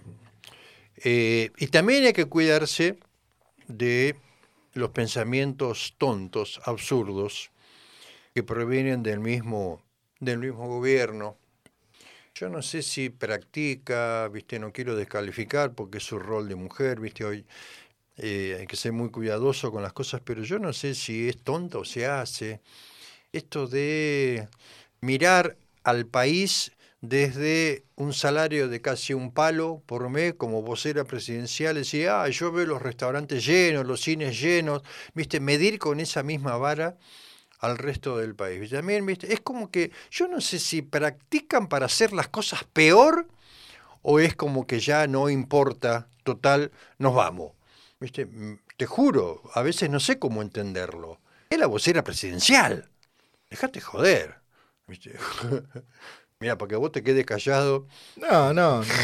Speaker 1: Eh, y también hay que cuidarse de los pensamientos tontos, absurdos, que provienen del mismo, del mismo gobierno. Yo no sé si practica, viste, no quiero descalificar porque es su rol de mujer, viste, hoy eh, hay que ser muy cuidadoso con las cosas, pero yo no sé si es tonta o se hace esto de mirar al país desde un salario de casi un palo por mes como vocera presidencial, decir, ah, yo veo los restaurantes llenos, los cines llenos, viste, medir con esa misma vara al resto del país. También, ¿viste? Es como que yo no sé si practican para hacer las cosas peor o es como que ya no importa, total, nos vamos. ¿Viste? Te juro, a veces no sé cómo entenderlo. Es la vocera presidencial. Dejate joder. ¿Viste? Mira, para que vos te quedes callado.
Speaker 11: No, no. no.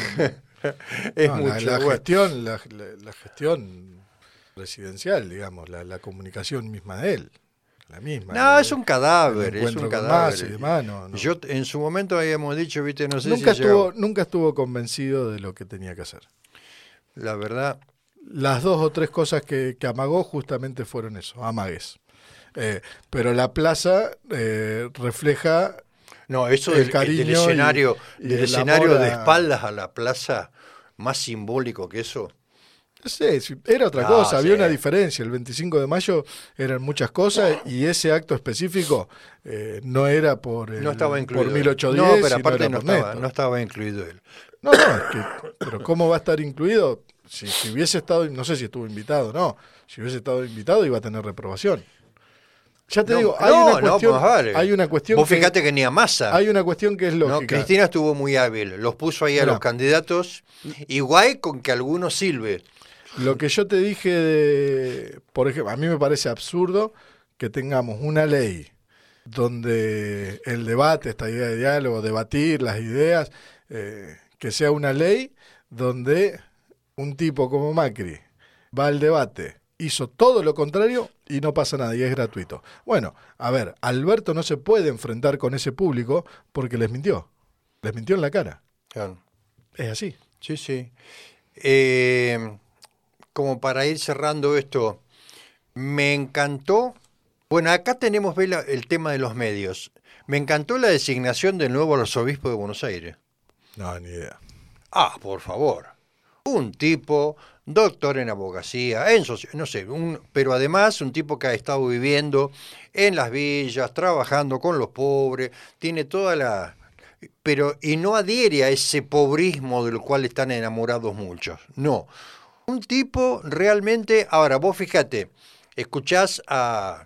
Speaker 1: es
Speaker 11: no,
Speaker 1: mucho.
Speaker 11: La, la,
Speaker 1: bueno.
Speaker 11: gestión, la, la, la gestión presidencial, digamos, la, la comunicación misma de él. La misma.
Speaker 1: No,
Speaker 11: el,
Speaker 1: es un cadáver, es un cadáver.
Speaker 11: Y demás, no, no.
Speaker 1: Yo en su momento habíamos dicho, viste, no sé
Speaker 11: nunca
Speaker 1: si
Speaker 11: estuvo,
Speaker 1: llegaba.
Speaker 11: nunca estuvo convencido de lo que tenía que hacer.
Speaker 1: La verdad.
Speaker 11: Las dos o tres cosas que, que amagó justamente fueron eso, amagues. Eh, pero la plaza eh, refleja
Speaker 1: no, eso
Speaker 11: el
Speaker 1: del,
Speaker 11: cariño
Speaker 1: del escenario,
Speaker 11: y, y
Speaker 1: del
Speaker 11: el
Speaker 1: escenario
Speaker 11: a...
Speaker 1: de espaldas a la plaza, más simbólico que eso.
Speaker 11: Sí, era otra
Speaker 1: no,
Speaker 11: cosa,
Speaker 1: sí.
Speaker 11: había una diferencia. El veinticinco de mayo eran muchas cosas y ese acto específico eh, no era por, el,
Speaker 1: no estaba incluido
Speaker 11: por mil ochocientos diez.
Speaker 1: No, pero aparte no,
Speaker 11: no,
Speaker 1: estaba, no estaba incluido él.
Speaker 11: No, no, es que, pero ¿cómo va a estar incluido? Si, si hubiese estado, no sé si estuvo invitado o no, si hubiese estado invitado iba a tener reprobación. Ya te
Speaker 1: no,
Speaker 11: digo, hay,
Speaker 1: no,
Speaker 11: una cuestión,
Speaker 1: no, vale.
Speaker 11: hay una cuestión.
Speaker 1: Vos
Speaker 11: que,
Speaker 1: fíjate que ni a Massa.
Speaker 11: Hay una cuestión que es lógica.
Speaker 1: No, Cristina estuvo muy hábil, los puso ahí a
Speaker 11: Mira,
Speaker 1: los candidatos, igual con que algunos sirve.
Speaker 11: Lo que yo te dije de, por ejemplo, a mí me parece absurdo que tengamos una ley donde el debate, esta idea de diálogo, debatir las ideas, eh, que sea una ley donde un tipo como Macri va al debate, hizo todo lo contrario y no pasa nada y es gratuito. Bueno, a ver, Alberto no se puede enfrentar con ese público porque les mintió, les mintió en la cara.
Speaker 1: Claro.
Speaker 11: Es así.
Speaker 1: Sí, sí. Eh... Como para ir cerrando esto, me encantó, bueno, acá tenemos Vela, el tema de los medios, me encantó la designación del nuevo arzobispo de Buenos Aires.
Speaker 11: No, ni idea.
Speaker 1: Ah, por favor. Un tipo, doctor en abogacía, en soci- no sé, un, pero además un tipo que ha estado viviendo en las villas, trabajando con los pobres, tiene toda la... Pero, y no adhiere a ese pobrismo del cual están enamorados muchos, no. Un tipo realmente, ahora vos fíjate, escuchás a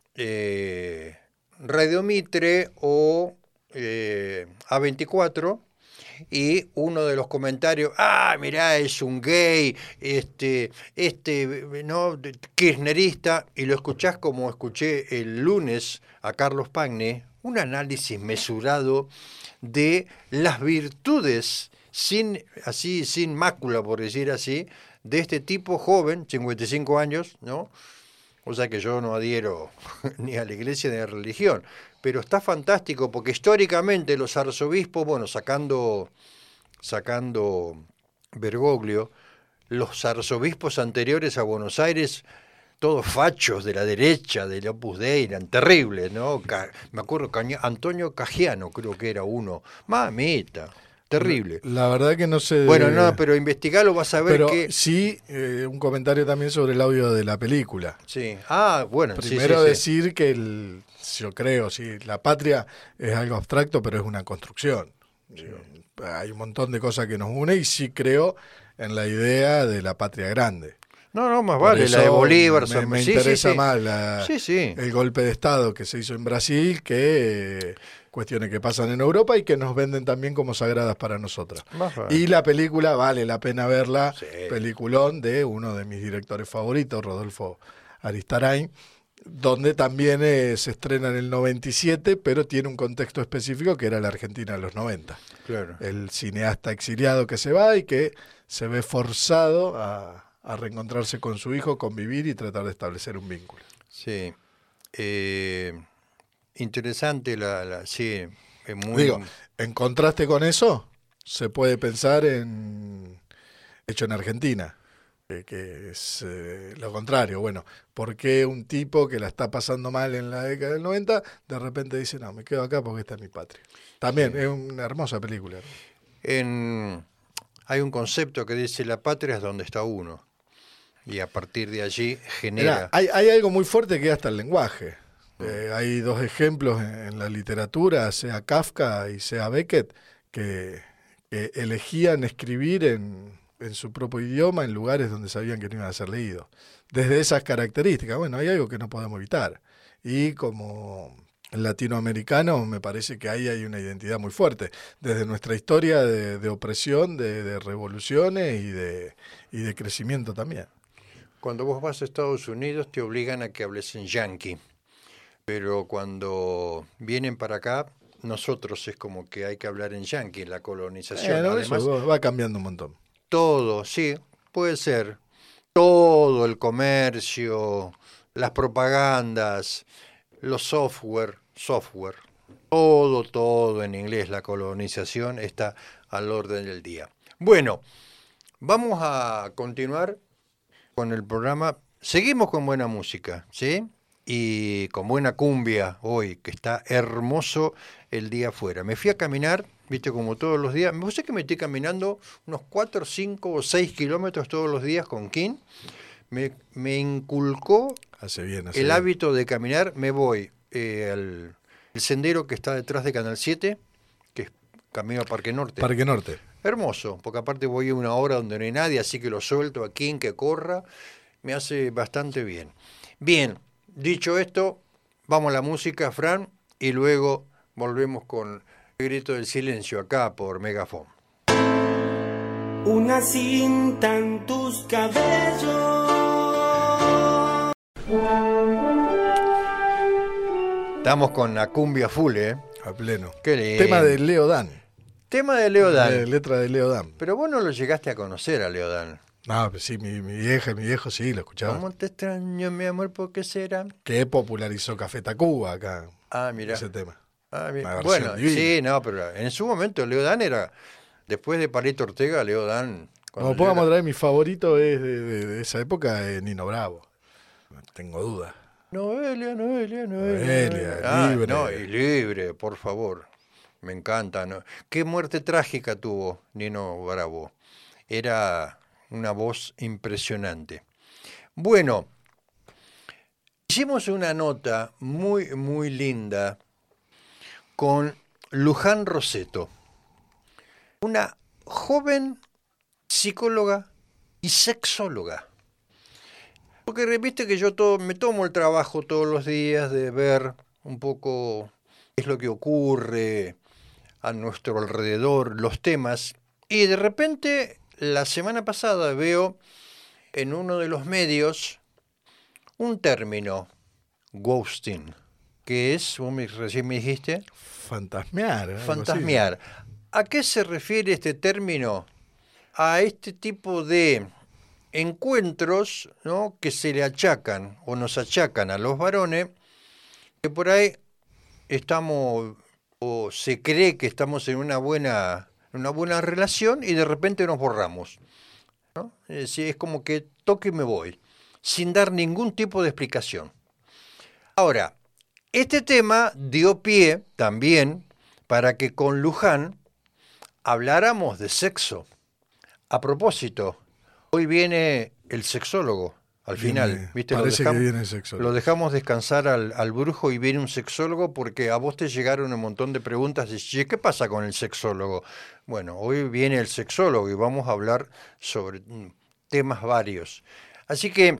Speaker 1: eh, Radio Mitre o eh, A veinticuatro y uno de los comentarios, ah, mirá, es un gay, este, este, no, kirchnerista, y lo escuchás como escuché el lunes a Carlos Pagne, un análisis mesurado de las virtudes sin, así, sin mácula, por decir así, de este tipo joven, cincuenta y cinco años, ¿no? O sea que yo no adhiero ni a la iglesia ni a la religión, pero está fantástico porque históricamente los arzobispos, bueno, sacando, sacando Bergoglio, los arzobispos anteriores a Buenos Aires, todos fachos de la derecha, del Opus Dei, eran terribles, ¿no? Ca- me acuerdo, Caña- Antonio Cajiano creo que era uno, mamita. Terrible.
Speaker 11: La verdad que no sé.
Speaker 1: Bueno, no, pero investigalo, vas a ver
Speaker 11: pero
Speaker 1: que...
Speaker 11: sí, eh, un comentario también sobre el audio de la película.
Speaker 1: Sí. Ah, bueno.
Speaker 11: Primero
Speaker 1: sí, sí,
Speaker 11: decir sí. que el, yo creo, sí, la patria es algo abstracto, pero es una construcción. Sí. Hay un montón de cosas que nos une y sí creo en la idea de la patria grande.
Speaker 1: No, no, más
Speaker 11: Por
Speaker 1: vale, la de Bolívar.
Speaker 11: Me, me
Speaker 1: sí,
Speaker 11: interesa
Speaker 1: sí, sí.
Speaker 11: más la,
Speaker 1: sí, sí.
Speaker 11: el golpe de Estado que se hizo en Brasil que eh, cuestiones que pasan en Europa y que nos venden también como sagradas para nosotras.
Speaker 1: Vale.
Speaker 11: Y la película vale la pena verla,
Speaker 1: sí.
Speaker 11: Peliculón de uno de mis directores favoritos, Rodolfo Aristarain, donde también eh, se estrena en el noventa y siete, pero tiene un contexto específico que era la Argentina de los noventa.
Speaker 1: Claro.
Speaker 11: El cineasta exiliado que se va y que se ve forzado a... a reencontrarse con su hijo, convivir y tratar de establecer un vínculo.
Speaker 1: Sí. Eh, interesante la... la sí, es muy...
Speaker 11: Digo, en contraste con eso, se puede pensar en Hecho en Argentina, que, que es eh, lo contrario. Bueno, ¿por qué un tipo que la está pasando mal en la década del noventa, de repente dice, no, me quedo acá porque esta es mi patria? También sí. Es una hermosa película.
Speaker 1: En, hay un concepto que dice, la patria es donde está uno. Y a partir de allí genera...
Speaker 11: Mirá, hay, hay algo muy fuerte que es hasta el lenguaje. Eh, hay dos ejemplos en, en la literatura, sea Kafka y sea Beckett, que, que elegían escribir en, en su propio idioma en lugares donde sabían que no iban a ser leídos. Desde esas características, bueno, hay algo que no podemos evitar. Y como latinoamericano me parece que ahí hay una identidad muy fuerte. Desde nuestra historia de, de opresión, de, de revoluciones y de, y de crecimiento también.
Speaker 1: Cuando vos vas a Estados Unidos te obligan a que hables en yanqui, pero cuando vienen para acá, nosotros es como que hay que hablar en yanqui, en la colonización.
Speaker 11: Eh, no,
Speaker 1: Además,
Speaker 11: eso va cambiando un montón.
Speaker 1: Todo, sí, puede ser. Todo el comercio, las propagandas, los software, software, todo, todo en inglés, la colonización está al orden del día. Bueno, vamos a continuar con el programa. Seguimos con buena música, ¿sí? Y con buena cumbia hoy, que está hermoso el día afuera. Me fui a caminar, viste, como todos los días. Me parece que me estoy caminando unos cuatro, cinco o seis kilómetros todos los días con Kim. Me, me inculcó
Speaker 11: hace bien, hace
Speaker 1: el
Speaker 11: bien.
Speaker 1: hábito de caminar. Me voy eh, al el sendero que está detrás de Canal siete, que es camino a Parque Norte.
Speaker 11: Parque Norte.
Speaker 1: Hermoso, porque aparte voy a una hora donde no hay nadie, así que lo suelto aquí en que corra, me hace bastante bien. Bien, dicho esto, vamos a la música, Fran, y luego volvemos con el grito del silencio acá por Megafon.
Speaker 12: Una cinta en tus cabellos.
Speaker 1: Estamos con la cumbia full, ¿eh?
Speaker 11: A pleno.
Speaker 1: Qué lindo.
Speaker 11: Tema de Leo Dan.
Speaker 1: Tema de Leo Dan.
Speaker 11: De letra de Leo Dan.
Speaker 1: Pero vos no lo llegaste a conocer a Leo Dan.
Speaker 11: No, pues sí, mi, mi vieja y mi viejo sí lo escuchaban.
Speaker 1: ¿Cómo te extraño, mi amor? ¿Por qué será?
Speaker 11: Que popularizó Café Tacuba acá.
Speaker 1: Ah, mira.
Speaker 11: Ese tema.
Speaker 1: Ah, bueno, divina. Sí, no, pero en su momento Leo Dan era, después de Palito Ortega, Leo Dan...
Speaker 11: Como podamos traer, mi favorito es de, de, de esa época, es Nino Bravo. No tengo duda.
Speaker 1: Noelia, Noelia, Noelia.
Speaker 11: Noelia,
Speaker 1: ah,
Speaker 11: libre.
Speaker 1: No, y libre, por favor. me encanta, ¿no? Qué muerte trágica tuvo Nino Bravo. Era una voz impresionante. Bueno, hicimos una nota muy, muy linda con Luján Rossetto, una joven psicóloga y sexóloga. Porque viste que yo todo, me tomo el trabajo todos los días de ver un poco qué es lo que ocurre a nuestro alrededor, los temas, y de repente la semana pasada veo en uno de los medios un término, ghosting, que es, vos me, recién me dijiste,
Speaker 11: fantasmear.
Speaker 1: Fantasmear. ¿A qué se refiere este término? A este tipo de encuentros, ¿no?, que se le achacan o nos achacan a los varones, que por ahí estamos o se cree que estamos en una buena, una buena relación y de repente nos borramos, ¿no? Es decir, es como que toque y me voy, sin dar ningún tipo de explicación. Ahora, este tema dio pie también para que con Luján habláramos de sexo. A propósito, hoy viene el sexólogo, al viene, final, ¿viste?
Speaker 11: Parece
Speaker 1: lo dejamos,
Speaker 11: que viene el sexólogo.
Speaker 1: Lo dejamos descansar al, al brujo y viene un sexólogo porque a vos te llegaron un montón de preguntas de ¿qué pasa con el sexólogo? Bueno, hoy viene el sexólogo y vamos a hablar sobre temas varios. Así que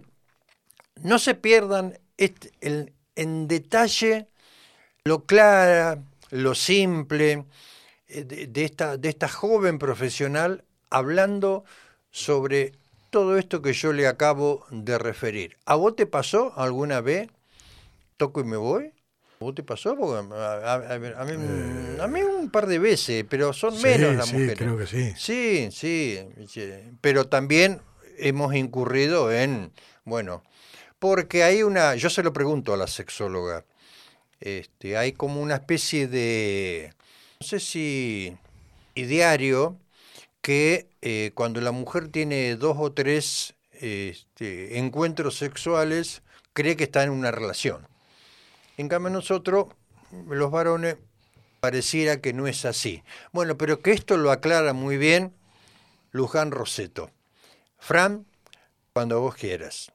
Speaker 1: no se pierdan este, el, en detalle lo clara, lo simple de, de, esta, de esta joven profesional hablando sobre todo esto que yo le acabo de referir. ¿A vos te pasó alguna vez? ¿Toco y me voy? ¿A vos te pasó? Porque a, a, a, a, mí, eh, a mí un par de veces, pero son
Speaker 11: sí,
Speaker 1: menos las
Speaker 11: sí,
Speaker 1: mujeres.
Speaker 11: Creo que sí.
Speaker 1: Sí, sí, pero también hemos incurrido en, bueno, porque hay una, yo se lo pregunto a la sexóloga, este, hay como una especie de, no sé si ideario, que eh, cuando la mujer tiene dos o tres este, encuentros sexuales, cree que está en una relación. En cambio nosotros, los varones, pareciera que no es así. Bueno, pero que esto lo aclara muy bien Luján Rossetto. Fran, cuando vos quieras.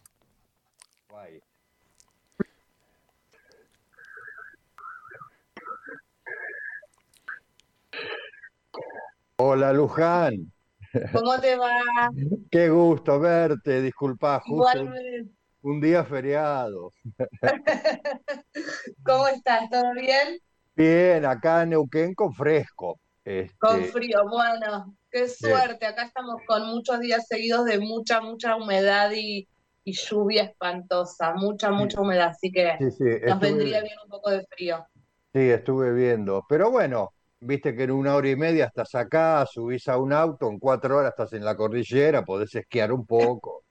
Speaker 1: Hola Luján.
Speaker 13: ¿Cómo te va?
Speaker 1: Qué gusto verte, disculpa, justo
Speaker 13: Igualmente.
Speaker 1: un, un día feriado.
Speaker 13: ¿Cómo estás? ¿Todo bien?
Speaker 1: Bien, acá en Neuquén con fresco. Este,
Speaker 13: Con frío, bueno, qué suerte. Acá estamos con muchos días seguidos de mucha, mucha humedad y, y lluvia espantosa, mucha, mucha humedad, así que
Speaker 1: sí, sí,
Speaker 13: nos
Speaker 1: estuve,
Speaker 13: vendría bien un poco de frío.
Speaker 1: Sí, estuve viendo, pero bueno, viste que en una hora y media estás acá, subís a un auto, en cuatro horas estás en la cordillera, podés esquiar un poco.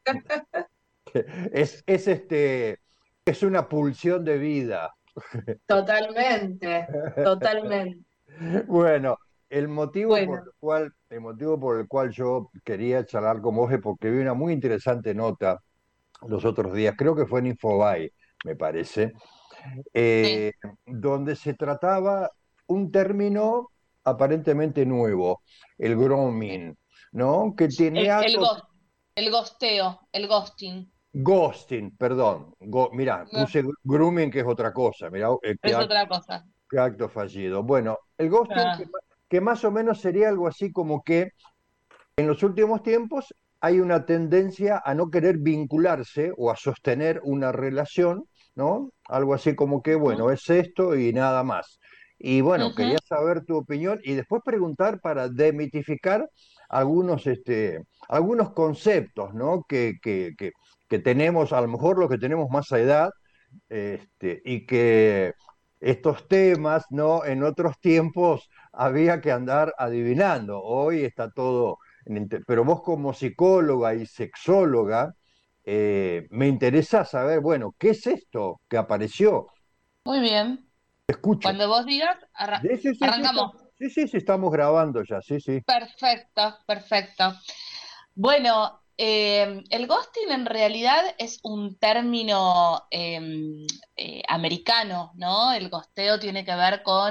Speaker 1: es, es, este, es una pulsión de vida.
Speaker 13: Totalmente, totalmente.
Speaker 1: Bueno, el motivo,
Speaker 13: bueno.
Speaker 1: por el cual, el motivo por el cual yo quería charlar con vos es porque vi una muy interesante nota los otros días, creo que fue en Infobae, me parece, eh, sí. donde se trataba un término aparentemente nuevo, el grooming, ¿no? Que tiene
Speaker 13: el,
Speaker 1: algo...
Speaker 13: el, go el gosteo, el ghosting.
Speaker 1: Ghosting, perdón. Go, mirá, puse grooming, que es otra cosa. Mirá, eh,
Speaker 13: es
Speaker 1: acto,
Speaker 13: otra cosa.
Speaker 1: Qué acto fallido. Bueno, el ghosting, ah. que, que más o menos sería algo así como que en los últimos tiempos hay una tendencia a no querer vincularse o a sostener una relación, ¿no? Algo así como que, bueno, uh-huh. es esto y nada más. Y bueno, uh-huh. quería saber tu opinión y después preguntar para demitificar algunos, este, algunos conceptos, ¿no? Que, que, que, que tenemos, a lo mejor los que tenemos más a edad, este, y que estos temas, ¿no? En otros tiempos había que andar adivinando. Hoy está todo... Pero vos como psicóloga y sexóloga, eh, me interesa saber, bueno, ¿qué es esto que apareció?
Speaker 13: Muy bien.
Speaker 1: Escucho.
Speaker 13: Cuando vos digas, arra
Speaker 1: sí, sí, sí,
Speaker 13: arrancamos.
Speaker 1: Sí, sí, sí, estamos grabando ya, sí, sí.
Speaker 13: Perfecto, perfecto. Bueno, eh, el ghosting en realidad es un término eh, eh, americano, ¿no? El ghosteo tiene que ver con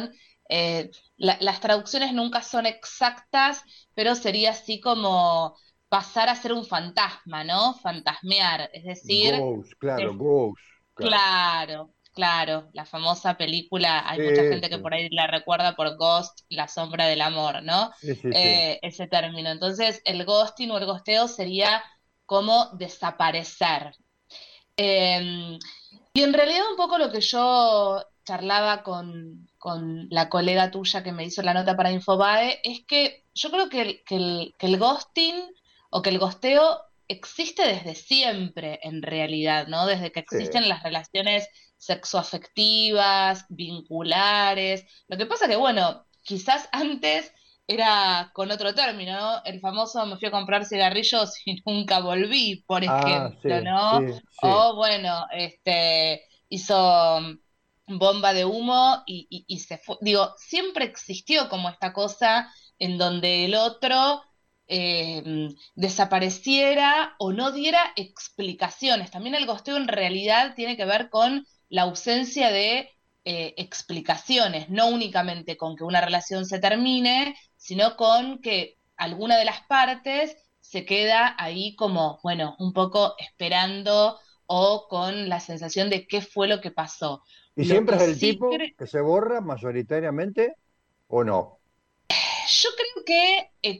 Speaker 13: eh, la- las traducciones nunca son exactas, pero sería así como pasar a ser un fantasma, ¿no? Fantasmear, es decir,
Speaker 1: Ghost, claro,
Speaker 13: de-
Speaker 1: Ghost, claro.
Speaker 13: claro, claro, la famosa película, hay mucha
Speaker 1: Sí,
Speaker 13: gente que
Speaker 1: sí,
Speaker 13: por ahí la recuerda por Ghost, la sombra del amor, ¿no?
Speaker 1: sí, sí, sí.
Speaker 13: Eh, ese término. Entonces, el ghosting o el ghosteo sería como desaparecer. Eh, y en realidad un poco lo que yo charlaba con, con la colega tuya que me hizo la nota para Infobae es que yo creo que el, que el, que el ghosting o que el ghosteo existe desde siempre en realidad, ¿no? Desde que
Speaker 1: Sí.
Speaker 13: existen las relaciones sexoafectivas, vinculares. Lo que pasa que, bueno, quizás antes era con otro término, ¿no? El famoso me fui a comprar cigarrillos y nunca volví, por
Speaker 1: Ah,
Speaker 13: ejemplo,
Speaker 1: sí,
Speaker 13: ¿no?
Speaker 1: sí, sí.
Speaker 13: O bueno, este hizo bomba de humo y, y- y se fue. Digo, siempre existió como esta cosa en donde el otro eh, desapareciera o no diera explicaciones. También el gosteo en realidad tiene que ver con la ausencia de eh, explicaciones, no únicamente con que una relación se termine, sino con que alguna de las partes se queda ahí como, bueno, un poco esperando o con la sensación de qué fue lo que pasó.
Speaker 1: ¿Y
Speaker 13: Lo
Speaker 1: siempre
Speaker 13: que
Speaker 1: es el
Speaker 13: sí
Speaker 1: tipo
Speaker 13: creo,
Speaker 1: que se borra mayoritariamente o no?
Speaker 13: yo creo que eh,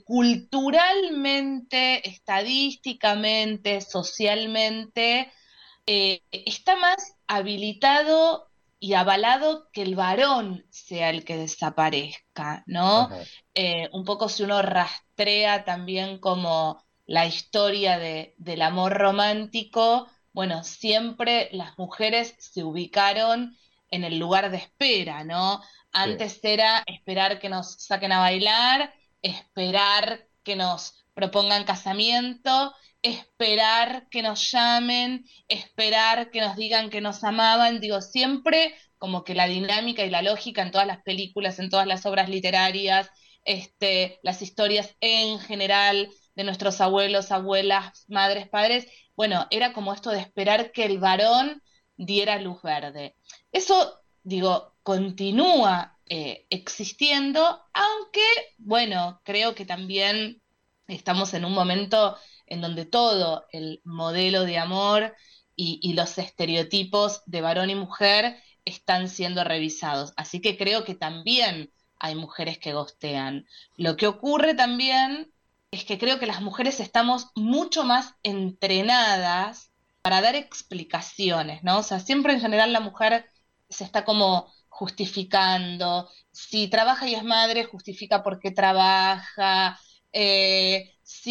Speaker 13: culturalmente, estadísticamente, socialmente, eh, está más habilitado y avalado que el varón sea el que desaparezca, ¿no?
Speaker 1: Ajá.
Speaker 13: Eh, un poco si uno rastrea también como la historia de, del amor romántico, bueno, siempre las mujeres se ubicaron en el lugar de espera, ¿no?
Speaker 1: Sí,
Speaker 13: Antes era esperar que nos saquen a bailar, esperar que nos propongan casamiento, esperar que nos llamen, esperar que nos digan que nos amaban, digo, siempre como que la dinámica y la lógica en todas las películas, en todas las obras literarias, este, las historias en general de nuestros abuelos, abuelas, madres, padres, bueno, era como esto de esperar que el varón diera luz verde. Eso, digo, continúa eh, existiendo, aunque, bueno, creo que también estamos en un momento en donde todo el modelo de amor y, y los estereotipos de varón y mujer están siendo revisados. Así que creo que también hay mujeres que gostean. Lo que ocurre también es que creo que las mujeres estamos mucho más entrenadas para dar explicaciones, ¿no? O sea, siempre en general la mujer se está como justificando. Si trabaja y es madre, justifica por qué trabaja. Eh,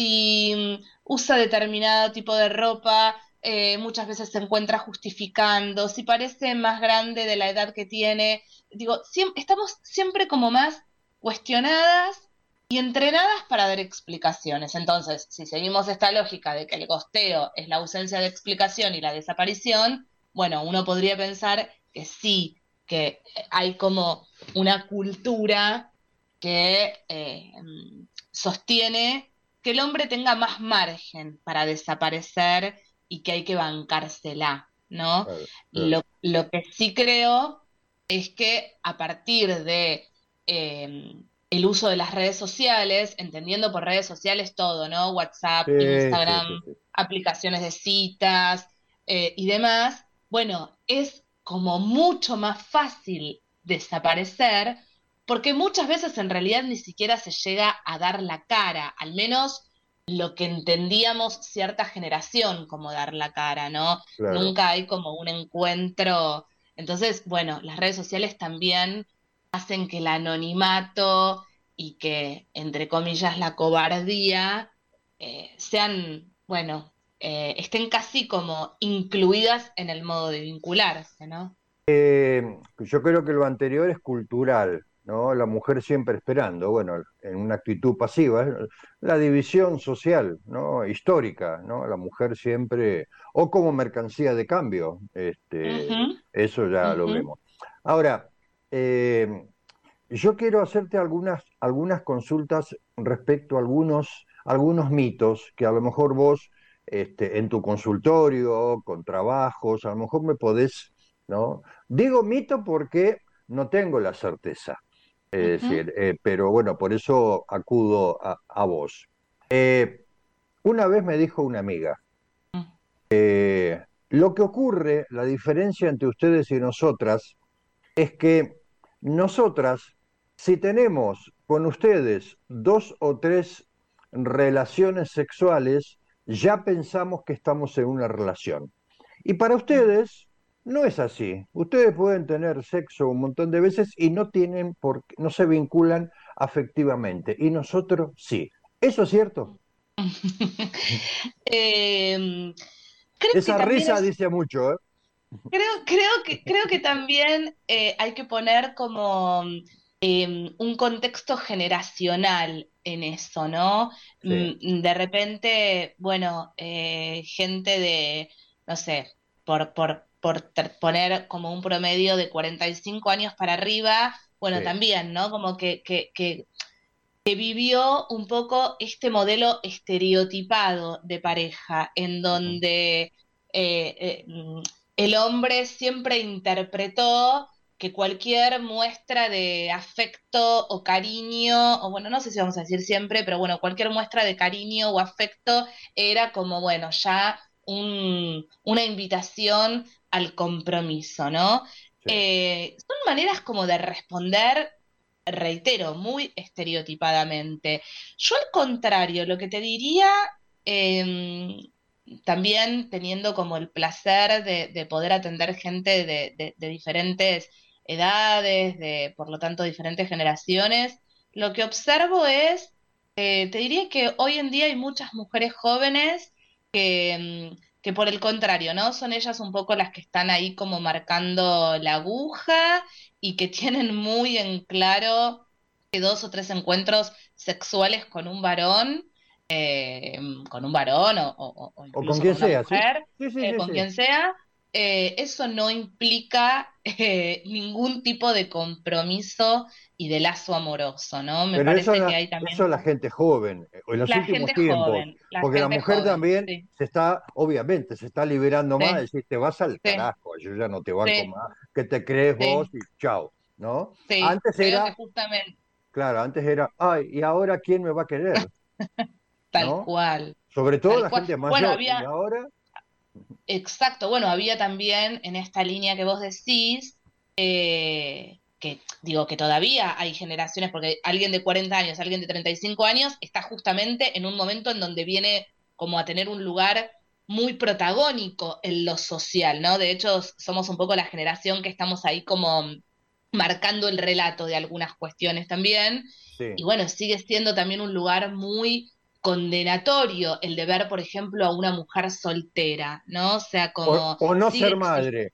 Speaker 13: si usa determinado tipo de ropa, eh, muchas veces se encuentra justificando. Si parece más grande de la edad que tiene, digo, siem- estamos siempre como más cuestionadas y entrenadas para dar explicaciones. Entonces, si seguimos esta lógica de que el gosteo es la ausencia de explicación y la desaparición, bueno, uno podría pensar que sí, que hay como una cultura que eh, sostiene que el hombre tenga más margen para desaparecer y que hay que bancársela, ¿no?
Speaker 1: claro, claro.
Speaker 13: Lo, lo que sí creo es que a partir de eh, el uso de las redes sociales, entendiendo por redes sociales todo, ¿no? WhatsApp,
Speaker 1: Sí, sí,
Speaker 13: Instagram,
Speaker 1: sí, sí.
Speaker 13: aplicaciones de citas eh, y demás, bueno, es como mucho más fácil desaparecer porque muchas veces en realidad ni siquiera se llega a dar la cara, al menos lo que entendíamos cierta generación como dar la cara, ¿no?
Speaker 1: Claro.
Speaker 13: Nunca hay como un encuentro. Entonces, bueno, las redes sociales también hacen que el anonimato y que, entre comillas, la cobardía eh, sean, bueno, eh, estén casi como incluidas en el modo de vincularse, ¿no?
Speaker 1: Eh, yo creo que lo anterior es cultural, ¿no? La mujer siempre esperando, bueno, en una actitud pasiva, la división social, ¿no? Histórica, ¿no? La mujer siempre, o como mercancía de cambio, este,
Speaker 13: Ujú,
Speaker 1: eso ya lo
Speaker 13: ujú.
Speaker 1: vemos. Ahora, eh, yo quiero hacerte algunas, algunas consultas respecto a algunos, algunos mitos que a lo mejor vos, este, en tu consultorio, con trabajos, a lo mejor me podés, ¿no? Digo mito porque no tengo la certeza. Es decir, eh, pero bueno, por eso acudo a, a vos. Eh, una vez me dijo una amiga, eh, lo que ocurre, la diferencia entre ustedes y nosotras, es que nosotras, si tenemos con ustedes dos o tres relaciones sexuales, ya pensamos que estamos en una relación. Y para ustedes no es así. Ustedes pueden tener sexo un montón de veces y no tienen por qué- no se vinculan afectivamente. Y nosotros sí. ¿Eso es cierto?
Speaker 13: Eh, creo que
Speaker 1: Esa
Speaker 13: también
Speaker 1: risa
Speaker 13: es-
Speaker 1: dice mucho, ¿eh?
Speaker 13: Creo, creo que, creo que también eh, hay que poner como eh, un contexto generacional en eso, ¿no?
Speaker 1: Sí.
Speaker 13: Mm, De repente, bueno, eh, gente de, no sé, por, por, por ter- poner como un promedio de cuarenta y cinco años para arriba, bueno,
Speaker 1: Sí.
Speaker 13: también, ¿no? Como que, que, que que vivió un poco este modelo estereotipado de pareja, en donde eh, eh, mm, el hombre siempre interpretó que cualquier muestra de afecto o cariño, o bueno, no sé si vamos a decir siempre, pero bueno, cualquier muestra de cariño o afecto era como, bueno, ya un- una invitación al compromiso, ¿no?
Speaker 1: Sí.
Speaker 13: Eh, son maneras como de responder, reitero, muy estereotipadamente. Yo al contrario, lo que te diría, em, también teniendo como el placer de, de poder atender gente de, de- de diferentes edades, de por lo tanto diferentes generaciones, lo que observo es, eh, te diría que hoy en día hay muchas mujeres jóvenes que, em, que por el contrario, ¿no? Son ellas un poco las que están ahí como marcando la aguja y que tienen muy en claro que dos o tres encuentros sexuales con un varón, eh, con un varón o, o- o
Speaker 1: O con
Speaker 13: incluso
Speaker 1: quien
Speaker 13: con una
Speaker 1: sea, ¿sí?
Speaker 13: mujer,
Speaker 1: Sí, sí,
Speaker 13: eh,
Speaker 1: sí,
Speaker 13: con
Speaker 1: sí.
Speaker 13: quien sea, eh, eso no implica eh, ningún tipo de compromiso y de lazo amoroso, ¿no? Me
Speaker 1: Pero eso,
Speaker 13: parece que
Speaker 1: la-
Speaker 13: hay también
Speaker 1: eso la gente joven, eh, en los
Speaker 13: la
Speaker 1: últimos
Speaker 13: gente
Speaker 1: tiempos,
Speaker 13: joven, la
Speaker 1: porque la
Speaker 13: gente
Speaker 1: mujer
Speaker 13: joven,
Speaker 1: también
Speaker 13: sí,
Speaker 1: se está, obviamente, se está liberando más,
Speaker 13: sí,
Speaker 1: es decir, te vas al
Speaker 13: sí,
Speaker 1: carajo, yo ya no te banco
Speaker 13: sí,
Speaker 1: más, que te crees vos
Speaker 13: sí,
Speaker 1: y chao, ¿no?
Speaker 13: sí.
Speaker 1: Antes
Speaker 13: Creo que
Speaker 1: era,
Speaker 13: justamente
Speaker 1: claro, antes era, ay, ¿y ahora quién me va a querer?
Speaker 13: tal
Speaker 1: ¿No?
Speaker 13: cual,
Speaker 1: Sobre todo
Speaker 13: tal
Speaker 1: la
Speaker 13: cual.
Speaker 1: gente
Speaker 13: Bueno,
Speaker 1: mayor, y
Speaker 13: había,
Speaker 1: ahora,
Speaker 13: exacto, bueno, había también en esta línea que vos decís, eh, que digo que todavía hay generaciones, porque alguien de cuarenta años, alguien de treinta y cinco años, está justamente en un momento en donde viene como a tener un lugar muy protagónico en lo social, ¿no? De hecho, somos un poco la generación que estamos ahí como marcando el relato de algunas cuestiones también.
Speaker 1: sí.
Speaker 13: Y bueno, sigue siendo también un lugar muy condenatorio el de ver, por ejemplo, a una mujer soltera, ¿no? O sea,
Speaker 1: O,
Speaker 13: como
Speaker 1: o no
Speaker 13: sigue
Speaker 1: ser
Speaker 13: existiendo,
Speaker 1: madre.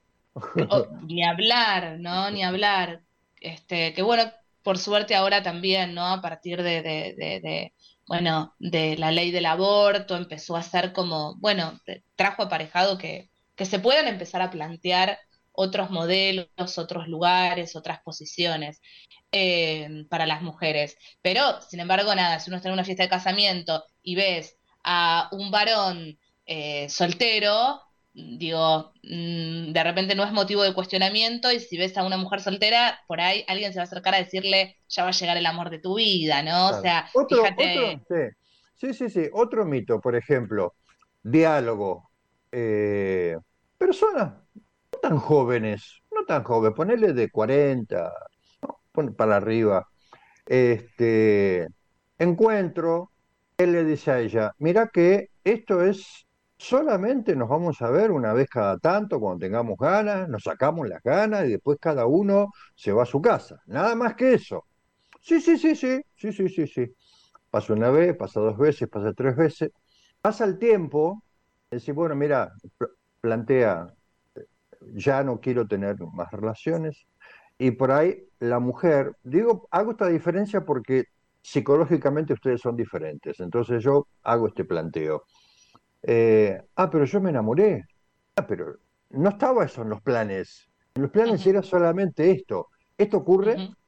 Speaker 13: ni hablar, ¿no? Ni hablar. Este, que bueno, por suerte ahora también, ¿no? A partir de, de, de, de, bueno, de la ley del aborto, empezó a ser como, bueno, te- trajo aparejado que, que se puedan empezar a plantear otros modelos, otros lugares, otras posiciones eh, para las mujeres. Pero, sin embargo, nada, si uno está en una fiesta de casamiento y ves a un varón eh, soltero, digo, mm, de repente no es motivo de cuestionamiento, y si ves a una mujer soltera, por ahí alguien se va a acercar a decirle, ya va a llegar el amor de tu vida, ¿no? O
Speaker 1: Claro.
Speaker 13: sea,
Speaker 1: Otro, otro,
Speaker 13: fíjate,
Speaker 1: sí, sí, sí, sí, otro mito, por ejemplo, diálogo. Eh, personas no tan jóvenes, no tan jóvenes, ponele de cuarenta, pon para arriba, este, encuentro, él le dice a ella, mira que esto es, solamente nos vamos a ver una vez cada tanto, cuando tengamos ganas, nos sacamos las ganas y después cada uno se va a su casa, nada más que eso. Sí, sí, sí, sí, sí, sí, sí, sí. Pasa una vez, pasa dos veces, pasa tres veces. Pasa el tiempo, y decir, bueno, mira, pl- plantea, ya no quiero tener más relaciones. Y por ahí la mujer, digo, hago esta diferencia porque psicológicamente ustedes son diferentes. Entonces yo hago este planteo. Eh, ah, pero yo me enamoré. Ah, pero no estaba eso en los planes. En los planes
Speaker 13: ujú,
Speaker 1: era solamente esto. ¿Esto ocurre?
Speaker 13: ujú.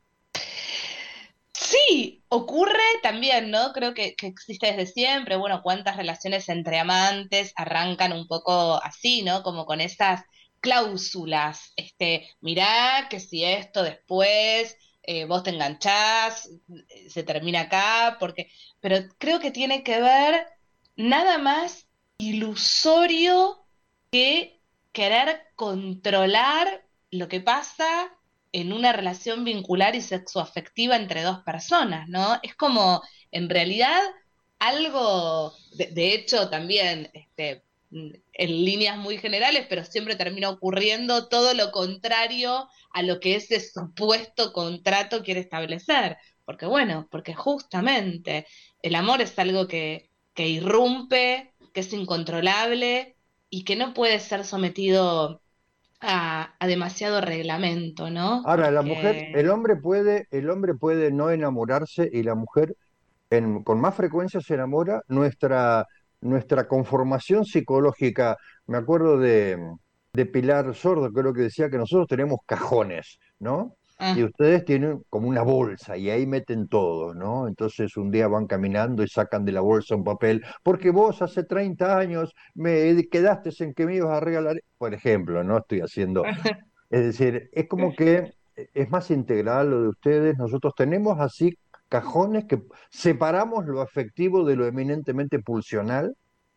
Speaker 13: Sí, ocurre también, ¿no? Creo que, que existe desde siempre. Bueno, cuántas relaciones entre amantes arrancan un poco así, ¿no? Como con esas cláusulas. Este, mirá que si esto después eh, vos te enganchás, se termina acá, porque, pero creo que tiene que ver nada más ilusorio que querer controlar lo que pasa en una relación vincular y sexoafectiva entre dos personas, ¿no? Es como, en realidad, algo, de, de hecho, también, este, en líneas muy generales, pero siempre termina ocurriendo todo lo contrario a lo que ese supuesto contrato quiere establecer. Porque bueno, porque justamente el amor es algo que, que irrumpe, que es incontrolable y que no puede ser sometido a, a demasiado reglamento, ¿no?
Speaker 1: Ahora, la
Speaker 13: Porque...
Speaker 1: mujer, el hombre puede, el hombre puede no enamorarse y la mujer en, con más frecuencia se enamora. Nuestra, nuestra conformación psicológica, me acuerdo de, de Pilar Sordo, creo que decía que nosotros tenemos cajones, ¿no?
Speaker 13: Ah.
Speaker 1: Y ustedes tienen como una bolsa y ahí meten todo, ¿no? Entonces un día van caminando y sacan de la bolsa un papel, porque vos hace treinta años me quedaste en que me ibas a regalar, por ejemplo, ¿no? Estoy haciendo... Es decir, es como que es más integral lo de ustedes. Nosotros tenemos así cajones que separamos lo afectivo de lo eminentemente pulsional.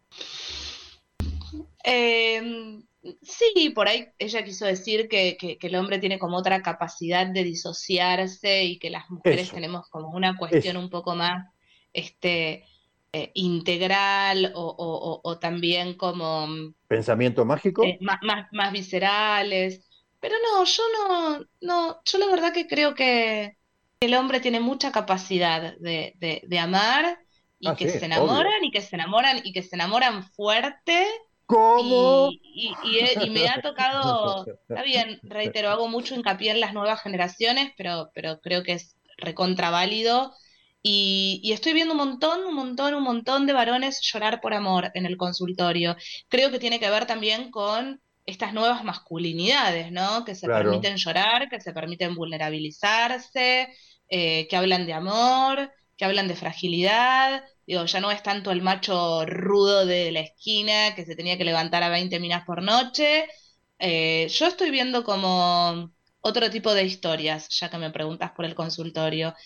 Speaker 13: Eh, sí, por ahí ella quiso decir que, que, que el hombre tiene como otra capacidad de disociarse y que las mujeres
Speaker 1: Eso.
Speaker 13: tenemos como una cuestión
Speaker 1: Eso.
Speaker 13: un poco más este, eh, integral o, o, o, o también como
Speaker 1: ¿Pensamiento mágico?
Speaker 13: eh, más, más, más viscerales. Pero no, yo no, no, yo la verdad que creo que el hombre tiene mucha capacidad de, de, de amar y
Speaker 1: Ah,
Speaker 13: que
Speaker 1: sí,
Speaker 13: se
Speaker 1: obvio.
Speaker 13: enamoran y que se enamoran y que se enamoran fuerte.
Speaker 1: ¿Cómo?
Speaker 13: Y, y, y, he- y me ha tocado, está bien, reitero, hago mucho hincapié en las nuevas generaciones, pero, pero creo que es recontraválido. Y, y estoy viendo un montón, un montón, un montón de varones llorar por amor en el consultorio. Creo que tiene que ver también con estas nuevas masculinidades, ¿no? Que se
Speaker 1: Claro.
Speaker 13: permiten llorar, que se permiten vulnerabilizarse, eh, que hablan de amor, que hablan de fragilidad. Digo, ya no es tanto el macho rudo de la esquina que se tenía que levantar a veinte minas por noche. Eh, yo estoy viendo como otro tipo de historias, ya que me preguntas por el consultorio.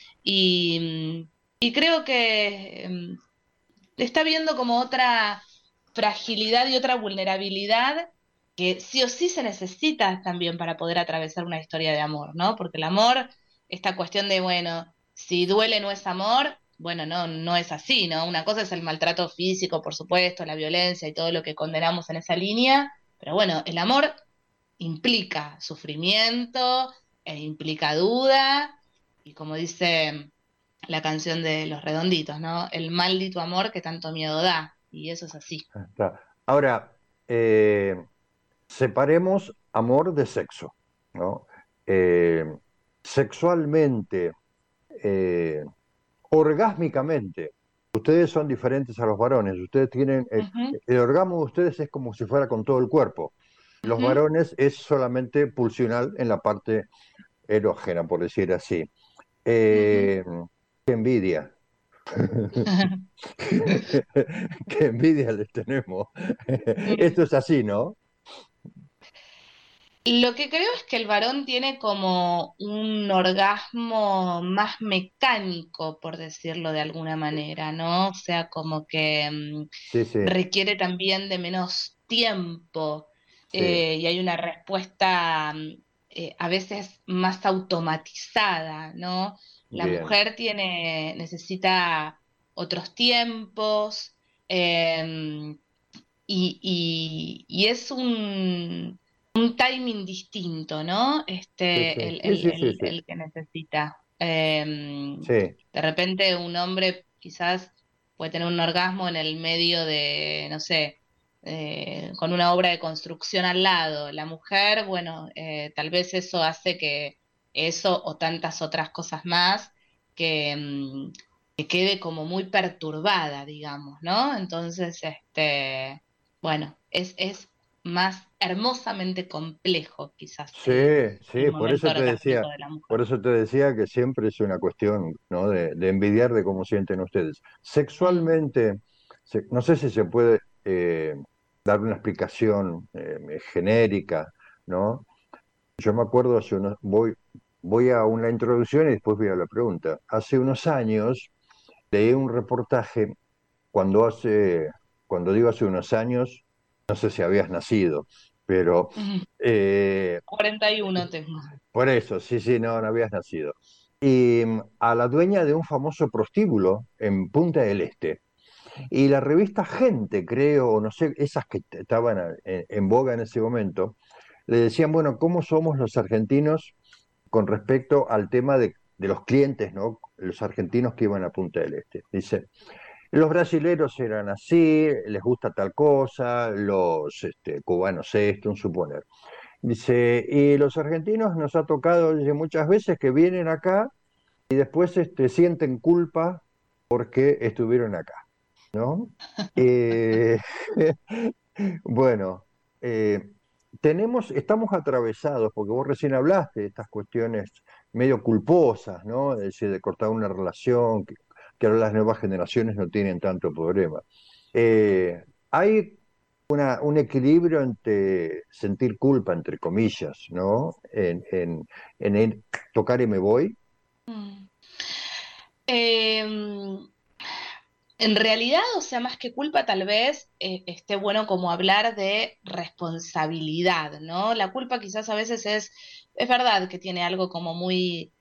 Speaker 13: Y, y creo que eh, está viendo como otra fragilidad y otra vulnerabilidad que sí o sí se necesita también para poder atravesar una historia de amor, ¿no? Porque el amor, esta cuestión de, bueno, si duele no es amor, bueno, no, no es así, ¿no? Una cosa es el maltrato físico, por supuesto, la violencia y todo lo que condenamos en esa línea, pero bueno, el amor implica sufrimiento, e implica duda, y como dice la canción de Los Redonditos, ¿no? El maldito amor que tanto miedo da, y eso es así.
Speaker 1: Claro. Ahora, eh, separemos amor de sexo, ¿no? Eh, sexualmente, eh, orgásmicamente, ustedes son diferentes a los varones. Ustedes tienen, el,
Speaker 13: Ujú,
Speaker 1: el orgasmo de ustedes es como si fuera con todo el cuerpo. Los
Speaker 13: ujú.
Speaker 1: varones es solamente pulsional en la parte erógena, por decir así. Eh, qué envidia. Qué envidia les tenemos. Esto es así, ¿no?
Speaker 13: Lo que creo es que el varón tiene como un orgasmo más mecánico, por decirlo de alguna manera, ¿no? O sea, como que mm,
Speaker 1: Sí, sí,
Speaker 13: requiere también de menos tiempo
Speaker 1: sí.
Speaker 13: eh, y hay una respuesta mm, eh, a veces más automatizada, ¿no? La
Speaker 1: Bien.
Speaker 13: mujer tiene, necesita otros tiempos em, y, y- y es un, un timing distinto, ¿no?
Speaker 1: Sí,
Speaker 13: Este,
Speaker 1: sí,
Speaker 13: el,
Speaker 1: sí,
Speaker 13: el-
Speaker 1: sí, sí,
Speaker 13: el-
Speaker 1: sí.
Speaker 13: el que necesita. Em,
Speaker 1: Sí,
Speaker 13: de repente un hombre quizás puede tener un orgasmo en el medio de, no sé, eh, con una obra de construcción al lado. La mujer, bueno, eh, tal vez eso hace que eso o tantas otras cosas más que, mm, que quede como muy perturbada, digamos, ¿no? Entonces, este, bueno, es, es más hermosamente complejo quizás
Speaker 1: sí,
Speaker 13: el, el
Speaker 1: sí, por
Speaker 13: momento
Speaker 1: eso te decía,
Speaker 13: orgásmico de la mujer.
Speaker 1: por eso te decía que siempre es una cuestión, ¿no? de, de envidiar de cómo sienten ustedes.
Speaker 13: Mm.
Speaker 1: Sexualmente, se- no sé si se puede eh, dar una explicación eh, genérica, ¿no? Yo me acuerdo, hace unos- voy voy a una introducción y después voy a la pregunta. Hace unos años leí un reportaje, cuando hace, cuando digo hace unos años, no sé si habías nacido, pero eh,
Speaker 13: cuarenta y uno tengo.
Speaker 1: por eso, sí, sí, no, no habías nacido. Y mm, a la dueña de un famoso prostíbulo en Punta del Este. Y la revista Gente, creo, o no sé, esas que t- estaban a- en, en boga en ese momento, le decían, bueno, ¿cómo somos los argentinos con respecto al tema de, de los clientes, ¿no? Los argentinos que iban a Punta del Este. Dice, los brasileros eran así, les gusta tal cosa, los este, cubanos esto, un suponer. Dice, y los argentinos nos ha tocado, dice, muchas veces que vienen acá y después este, sienten culpa porque estuvieron acá, ¿no? Eh, bueno, eh, tenemos, estamos atravesados, porque vos recién hablaste de estas cuestiones medio culposas, ¿no? Es decir, de cortar una relación, que, que ahora las nuevas generaciones no tienen tanto problema. Eh, hay una, un equilibrio entre sentir culpa, entre comillas, ¿no? En, en, en el tocar y me voy.
Speaker 13: Em, En realidad, o sea, más que culpa, tal vez eh, esté bueno como hablar de responsabilidad, ¿no? La culpa quizás a veces es, es verdad que tiene algo como muy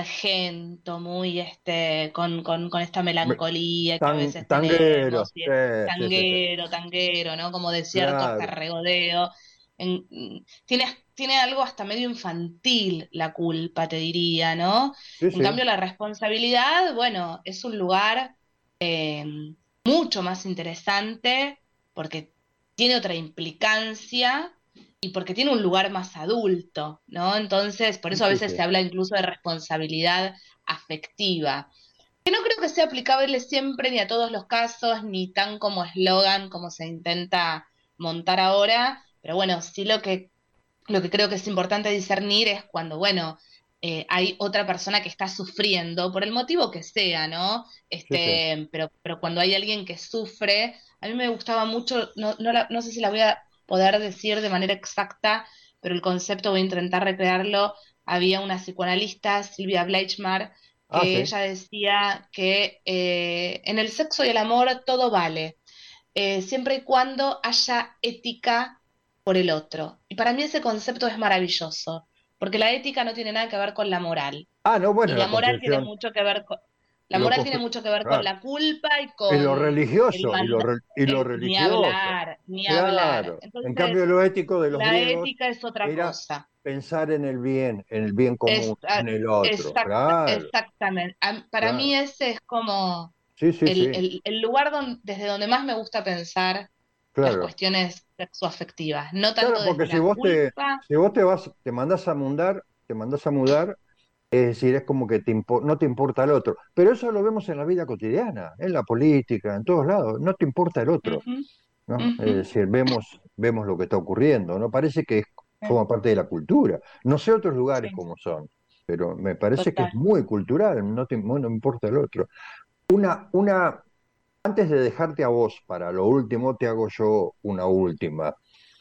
Speaker 13: argento, muy este, con, con, con esta
Speaker 1: Me-
Speaker 13: melancolía que a
Speaker 1: Tan,
Speaker 13: veces
Speaker 1: tanguero,
Speaker 13: tenemos, y
Speaker 1: sí,
Speaker 13: es
Speaker 1: sí, sí, sí.
Speaker 13: tanguero, tanguero, ¿no? Como de cierto hasta
Speaker 1: Claro,
Speaker 13: regodeo. En- mm, tiene, tiene algo hasta medio infantil la culpa, te diría, ¿no?
Speaker 1: sí,
Speaker 13: En
Speaker 1: sí,
Speaker 13: cambio, la responsabilidad, bueno, es un lugar eh, mucho más interesante porque tiene otra implicancia y porque tiene un lugar más adulto, ¿no? Entonces, por eso a
Speaker 1: sí,
Speaker 13: veces
Speaker 1: sí.
Speaker 13: se habla incluso de responsabilidad afectiva, que no creo que sea aplicable siempre ni a todos los casos, ni tan como eslogan como se intenta montar ahora, pero bueno, sí lo que lo que creo que es importante discernir es cuando, bueno, eh, hay otra persona que está sufriendo, por el motivo que sea, ¿no?
Speaker 1: Sí, sí.
Speaker 13: Este, pero, pero cuando hay alguien que sufre, a mí me gustaba mucho, no, no, la- no sé si la voy a poder decir de manera exacta, pero el concepto voy a intentar recrearlo. Había una psicoanalista, Silvia Bleichmar,
Speaker 1: Ah,
Speaker 13: que
Speaker 1: sí.
Speaker 13: ella decía que eh, en el sexo y el amor todo vale, eh, siempre y cuando haya ética por el otro. Y para mí ese concepto es maravilloso, porque la ética no tiene nada que ver con la moral.
Speaker 1: Ah, no,
Speaker 13: Y
Speaker 1: bueno,
Speaker 13: la
Speaker 1: la
Speaker 13: moral tiene
Speaker 1: construcción,
Speaker 13: mucho que ver con, la
Speaker 1: lo
Speaker 13: moral tiene
Speaker 1: constru-
Speaker 13: mucho que ver con
Speaker 1: claro.
Speaker 13: la culpa y
Speaker 1: Y lo
Speaker 13: con el
Speaker 1: religioso, y lo,
Speaker 13: manda-
Speaker 1: re- y lo
Speaker 13: eh, ni
Speaker 1: religioso,
Speaker 13: hablar, ni hablar.
Speaker 1: claro. En cambio,
Speaker 13: Entonces,
Speaker 1: lo ético de los
Speaker 13: la
Speaker 1: griegos
Speaker 13: ética es otra
Speaker 1: era
Speaker 13: cosa.
Speaker 1: pensar en el bien, en el bien
Speaker 13: Es,
Speaker 1: común,
Speaker 13: ah,
Speaker 1: en el otro,
Speaker 13: exacta-
Speaker 1: claro,
Speaker 13: exactamente. A- Para mí
Speaker 1: claro.
Speaker 13: ese es como
Speaker 1: Sí, sí,
Speaker 13: el,
Speaker 1: sí,
Speaker 13: el- el lugar don- desde donde más me gusta pensar las
Speaker 1: claro.
Speaker 13: cuestiones sexoafectivas, no
Speaker 1: Claro,
Speaker 13: tanto
Speaker 1: porque
Speaker 13: desde
Speaker 1: si
Speaker 13: la
Speaker 1: vos te,
Speaker 13: culpa.
Speaker 1: si vos te vas, te mandás a mudar, te mandás a mudar, es decir, es como que te impo- no te importa el otro. Pero eso lo vemos en la vida cotidiana, en la política, en todos lados. No te importa el otro,
Speaker 13: Ujú,
Speaker 1: ¿no? Es
Speaker 13: ujú,
Speaker 1: decir, vemos, vemos lo que está ocurriendo, ¿no? Parece que es- forma parte de la cultura. No sé otros lugares
Speaker 13: sí,
Speaker 1: cómo son, pero me parece que es
Speaker 13: total.
Speaker 1: muy cultural, no te, no me importa el otro. Una, una, antes de dejarte a vos para lo último, te hago yo una última.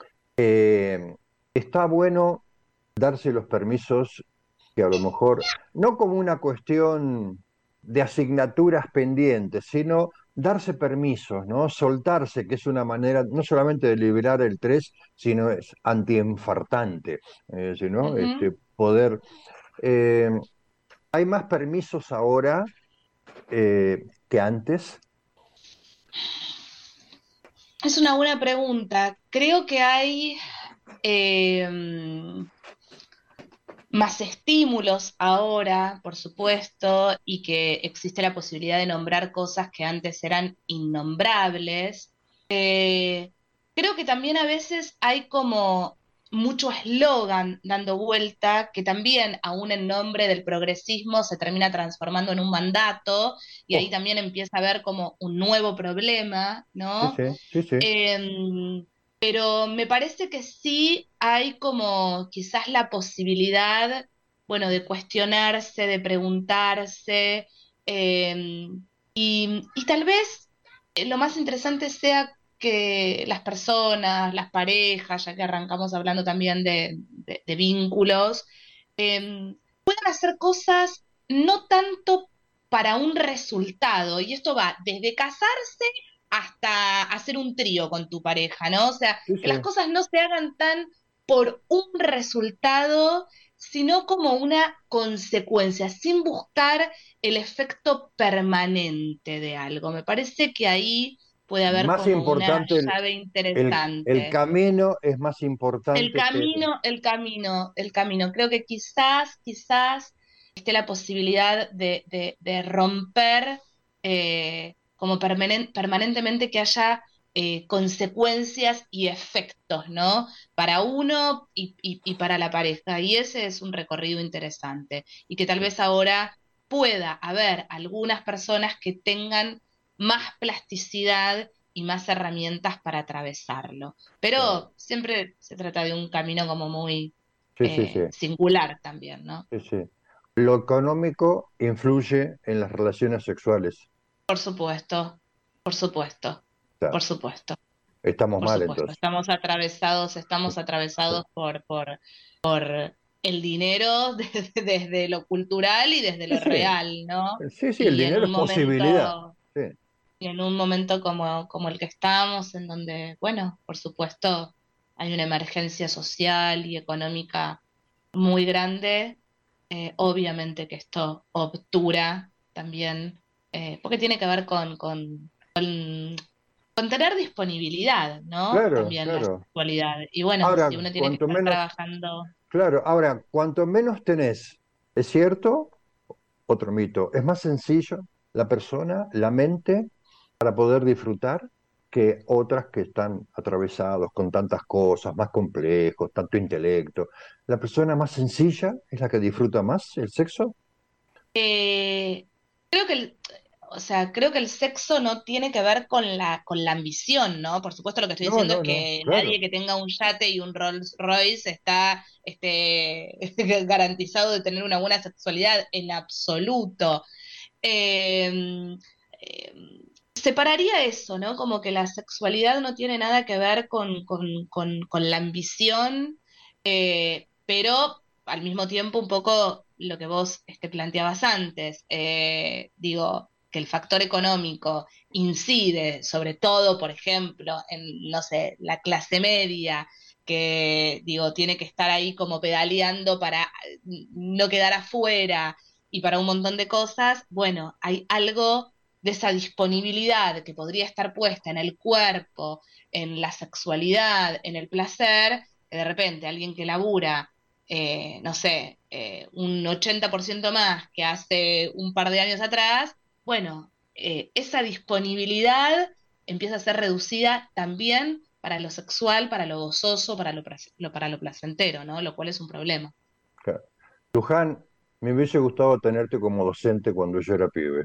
Speaker 1: Eh, está bueno darse los permisos que a lo mejor, no como una cuestión de asignaturas pendientes, sino darse permisos, ¿no? Soltarse, que es una manera no solamente de liberar el estrés, sino es antiinfartante, es decir, ¿no?
Speaker 13: Ujú.
Speaker 1: Este, poder... eh, ¿hay más permisos ahora eh, que antes?
Speaker 13: Es una buena pregunta. Creo que hay eh, más estímulos ahora, por supuesto, y que existe la posibilidad de nombrar cosas que antes eran innombrables. Eh, Creo que también a veces hay como mucho eslogan dando vuelta que también, aún en nombre del progresismo, se termina transformando en un mandato y ahí
Speaker 1: Oh,
Speaker 13: también empieza a haber como un nuevo problema,
Speaker 1: sí,
Speaker 13: ¿no?
Speaker 1: sí, sí, sí,
Speaker 13: Em, pero me parece que sí hay como quizás la posibilidad, bueno, de cuestionarse, de preguntarse, em, y, y tal vez eh, lo más interesante sea que las personas, las parejas, ya que arrancamos hablando también de, de- de vínculos, em, puedan hacer cosas no tanto para un resultado, y esto va desde casarse hasta hacer un trío con tu pareja, ¿no? O sea,
Speaker 1: Sí,
Speaker 13: que
Speaker 1: sí.
Speaker 13: las cosas no se hagan tan por un resultado, sino como una consecuencia, sin buscar el efecto permanente de algo. Me parece que ahí puede haber
Speaker 14: Más
Speaker 13: como una
Speaker 14: importante, el,
Speaker 13: llave
Speaker 14: el, el
Speaker 13: interesante.
Speaker 14: camino es más
Speaker 13: El
Speaker 14: importante que...
Speaker 13: camino, el camino, el camino. Creo que quizás, quizás esté la posibilidad de, de- de romper eh, como permanen- permanentemente que haya eh, consecuencias y efectos, ¿no? Para uno y, y- y para la pareja. Y ese es un recorrido interesante. Y que tal vez ahora pueda haber algunas personas que tengan más plasticidad y más herramientas para atravesarlo. Pero siempre se trata de un camino como muy
Speaker 14: Sí, sí, sí.
Speaker 13: eh, singular también, ¿no?
Speaker 14: Sí, sí. Lo económico influye en las relaciones sexuales.
Speaker 13: Por supuesto, por supuesto,
Speaker 14: O sea,
Speaker 13: por supuesto,
Speaker 14: estamos
Speaker 13: por
Speaker 14: mal
Speaker 13: supuesto.
Speaker 14: entonces.
Speaker 13: Estamos atravesados, estamos atravesados por, por, por el dinero desde, desde lo cultural y desde
Speaker 14: Sí,
Speaker 13: lo
Speaker 14: sí.
Speaker 13: real, ¿no?
Speaker 14: Sí, sí, el
Speaker 13: Y en
Speaker 14: dinero
Speaker 13: un
Speaker 14: es posibilidad.
Speaker 13: momento,
Speaker 14: Sí.
Speaker 13: y en un momento como, como el que estamos, en donde, bueno, por supuesto, hay una emergencia social y económica muy grande, eh, obviamente que esto obtura también, eh, porque tiene que ver con, con, con, con tener disponibilidad, ¿no?
Speaker 14: Claro,
Speaker 13: También la
Speaker 14: claro.
Speaker 13: sexualidad. Y bueno,
Speaker 14: Ahora,
Speaker 13: si uno tiene que
Speaker 14: cuanto
Speaker 13: estar
Speaker 14: menos,
Speaker 13: trabajando,
Speaker 14: claro, ahora, cuanto menos tenés, ¿es cierto? Otro mito, ¿es más sencillo la persona, la mente, para poder disfrutar que otras que están atravesados con tantas cosas, más complejos, tanto intelecto? ¿La persona más sencilla es la que disfruta más el sexo?
Speaker 13: eh, creo que el, o sea, creo que el sexo no tiene que ver con la, con la ambición, ¿no? Por supuesto, lo que estoy
Speaker 14: No,
Speaker 13: diciendo
Speaker 14: no,
Speaker 13: es
Speaker 14: no,
Speaker 13: que nadie
Speaker 14: claro.
Speaker 13: que tenga un yate y un Rolls Royce está este, garantizado de tener una buena sexualidad en absoluto. Eh, eh, Separaría eso, ¿no? Como que la sexualidad no tiene nada que ver con, con- con- con la ambición, eh, pero al mismo tiempo un poco lo que vos este, planteabas antes, eh, digo, que el factor económico incide sobre todo, por ejemplo, en, no sé, la clase media, que, digo, tiene que estar ahí como pedaleando para eh, no quedar afuera y para un montón de cosas, bueno, hay algo de esa disponibilidad que podría estar puesta en el cuerpo, en la sexualidad, en el placer, que de repente alguien que labura, eh, no sé, eh, un ochenta por ciento más que hace un par de años atrás, bueno, eh, esa disponibilidad empieza a ser reducida también para lo sexual, para lo gozoso, para lo, plac- lo- para lo placentero, ¿no? Lo cual es un problema.
Speaker 14: Claro. Luján, me hubiese gustado tenerte como docente cuando yo era pibe.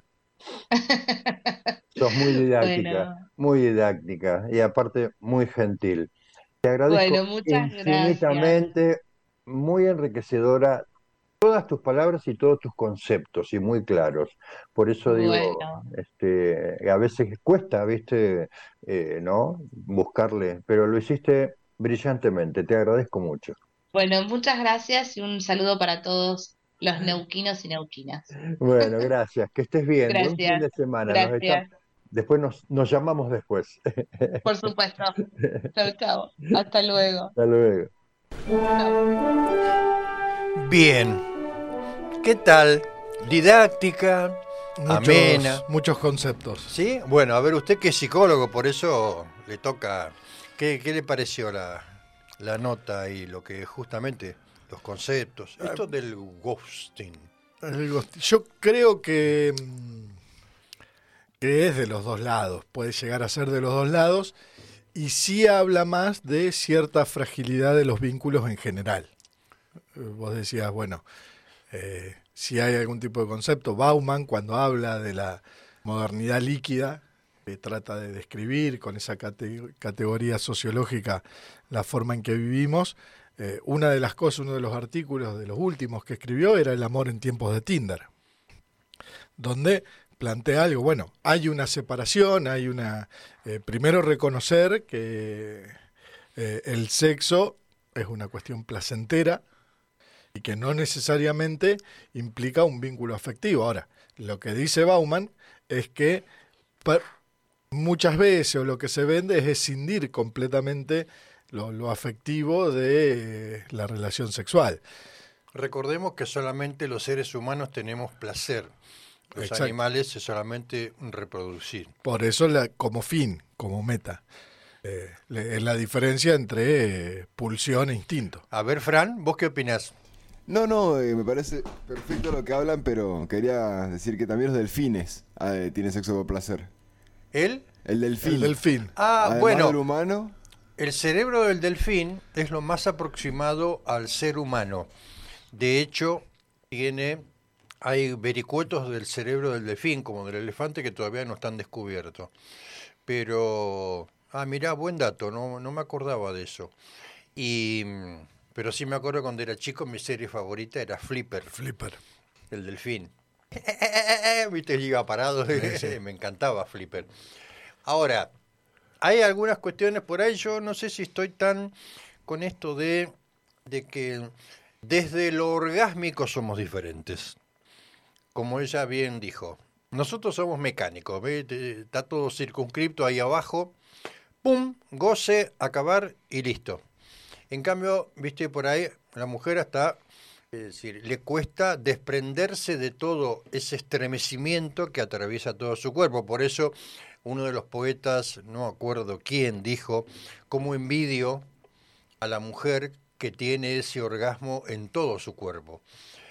Speaker 14: Sos muy didáctica,
Speaker 13: Bueno,
Speaker 14: muy didáctica y aparte muy gentil. Te
Speaker 13: bueno,
Speaker 14: agradezco
Speaker 13: muchas gracias.
Speaker 14: infinitamente, muy enriquecedora todas tus palabras y todos tus conceptos y muy claros. Por eso digo,
Speaker 13: Bueno,
Speaker 14: este, a veces cuesta, ¿viste? Eh, ¿no? Buscarle, pero lo hiciste brillantemente. Te agradezco mucho.
Speaker 13: bueno, muchas gracias y un saludo para todos los neuquinos y neuquinas.
Speaker 14: Bueno, gracias. Que estés bien. Buen fin
Speaker 13: Gracias,
Speaker 14: de semana. Nos está...
Speaker 13: gracias,
Speaker 14: Después nos, nos llamamos después.
Speaker 13: por supuesto. Chau, chau. Hasta luego.
Speaker 14: Hasta luego.
Speaker 1: Bien, ¿qué tal? Didáctica,
Speaker 11: Muchos,
Speaker 1: amena.
Speaker 11: muchos conceptos.
Speaker 1: ¿Sí? Bueno, a ver, usted que es psicólogo, por eso le toca. ¿Qué, qué le pareció la, la nota y lo que justamente, los conceptos? Esto del ghosting.
Speaker 11: El ghost- Yo creo que, mm, que es de los dos lados, puede llegar a ser de los dos lados, y sí habla más de cierta fragilidad de los vínculos en general. Eh, Vos decías, bueno, eh, si hay algún tipo de concepto, Bauman cuando habla de la modernidad líquida, que trata de describir con esa cate- categoría sociológica la forma en que vivimos, eh, una de las cosas, uno de los artículos de los últimos que escribió era el amor en tiempos de Tinder, donde plantea algo, bueno, hay una separación, hay una... Eh, primero reconocer que eh, el sexo es una cuestión placentera y que no necesariamente implica un vínculo afectivo. Ahora, lo que dice Bauman es que muchas veces o lo que se vende es escindir completamente lo, lo afectivo de eh, la relación sexual.
Speaker 1: Recordemos que solamente los seres humanos tenemos placer. Los
Speaker 11: Exacto.
Speaker 1: animales es solamente reproducir.
Speaker 11: Por eso la, como fin, como meta. Eh, le- es la diferencia entre eh, pulsión e instinto.
Speaker 1: A ver, Fran, ¿vos qué opinás?
Speaker 15: No, no, eh, me parece perfecto lo que hablan, pero quería decir que también los delfines eh, tienen sexo por placer.
Speaker 1: ¿El?
Speaker 15: El delfín.
Speaker 11: El delfín.
Speaker 1: Ah,
Speaker 15: Además
Speaker 1: bueno.
Speaker 15: del humano.
Speaker 1: El cerebro del delfín es lo más aproximado al ser humano. De hecho, tiene, hay vericuetos del cerebro del delfín, como del elefante, que todavía no están descubiertos. Pero, ah, mirá, buen dato, no, no me acordaba de eso. Y, pero sí me acuerdo cuando era chico, mi serie favorita era Flipper.
Speaker 11: Flipper.
Speaker 1: El delfín. Viste, iba parado,
Speaker 11: Sí, sí.
Speaker 1: me encantaba Flipper. Ahora, hay algunas cuestiones por ahí, yo no sé si estoy tan con esto de, de que desde lo orgásmico somos diferentes. Como ella bien dijo, nosotros somos mecánicos, ¿ve? Te- está todo circunscripto ahí abajo, pum, goce, acabar y listo. En cambio, viste, por ahí la mujer hasta, es decir, le cuesta desprenderse de todo ese estremecimiento que atraviesa todo su cuerpo. Por eso uno de los poetas, no me acuerdo quién, dijo, cómo envidio a la mujer que tiene ese orgasmo en todo su cuerpo.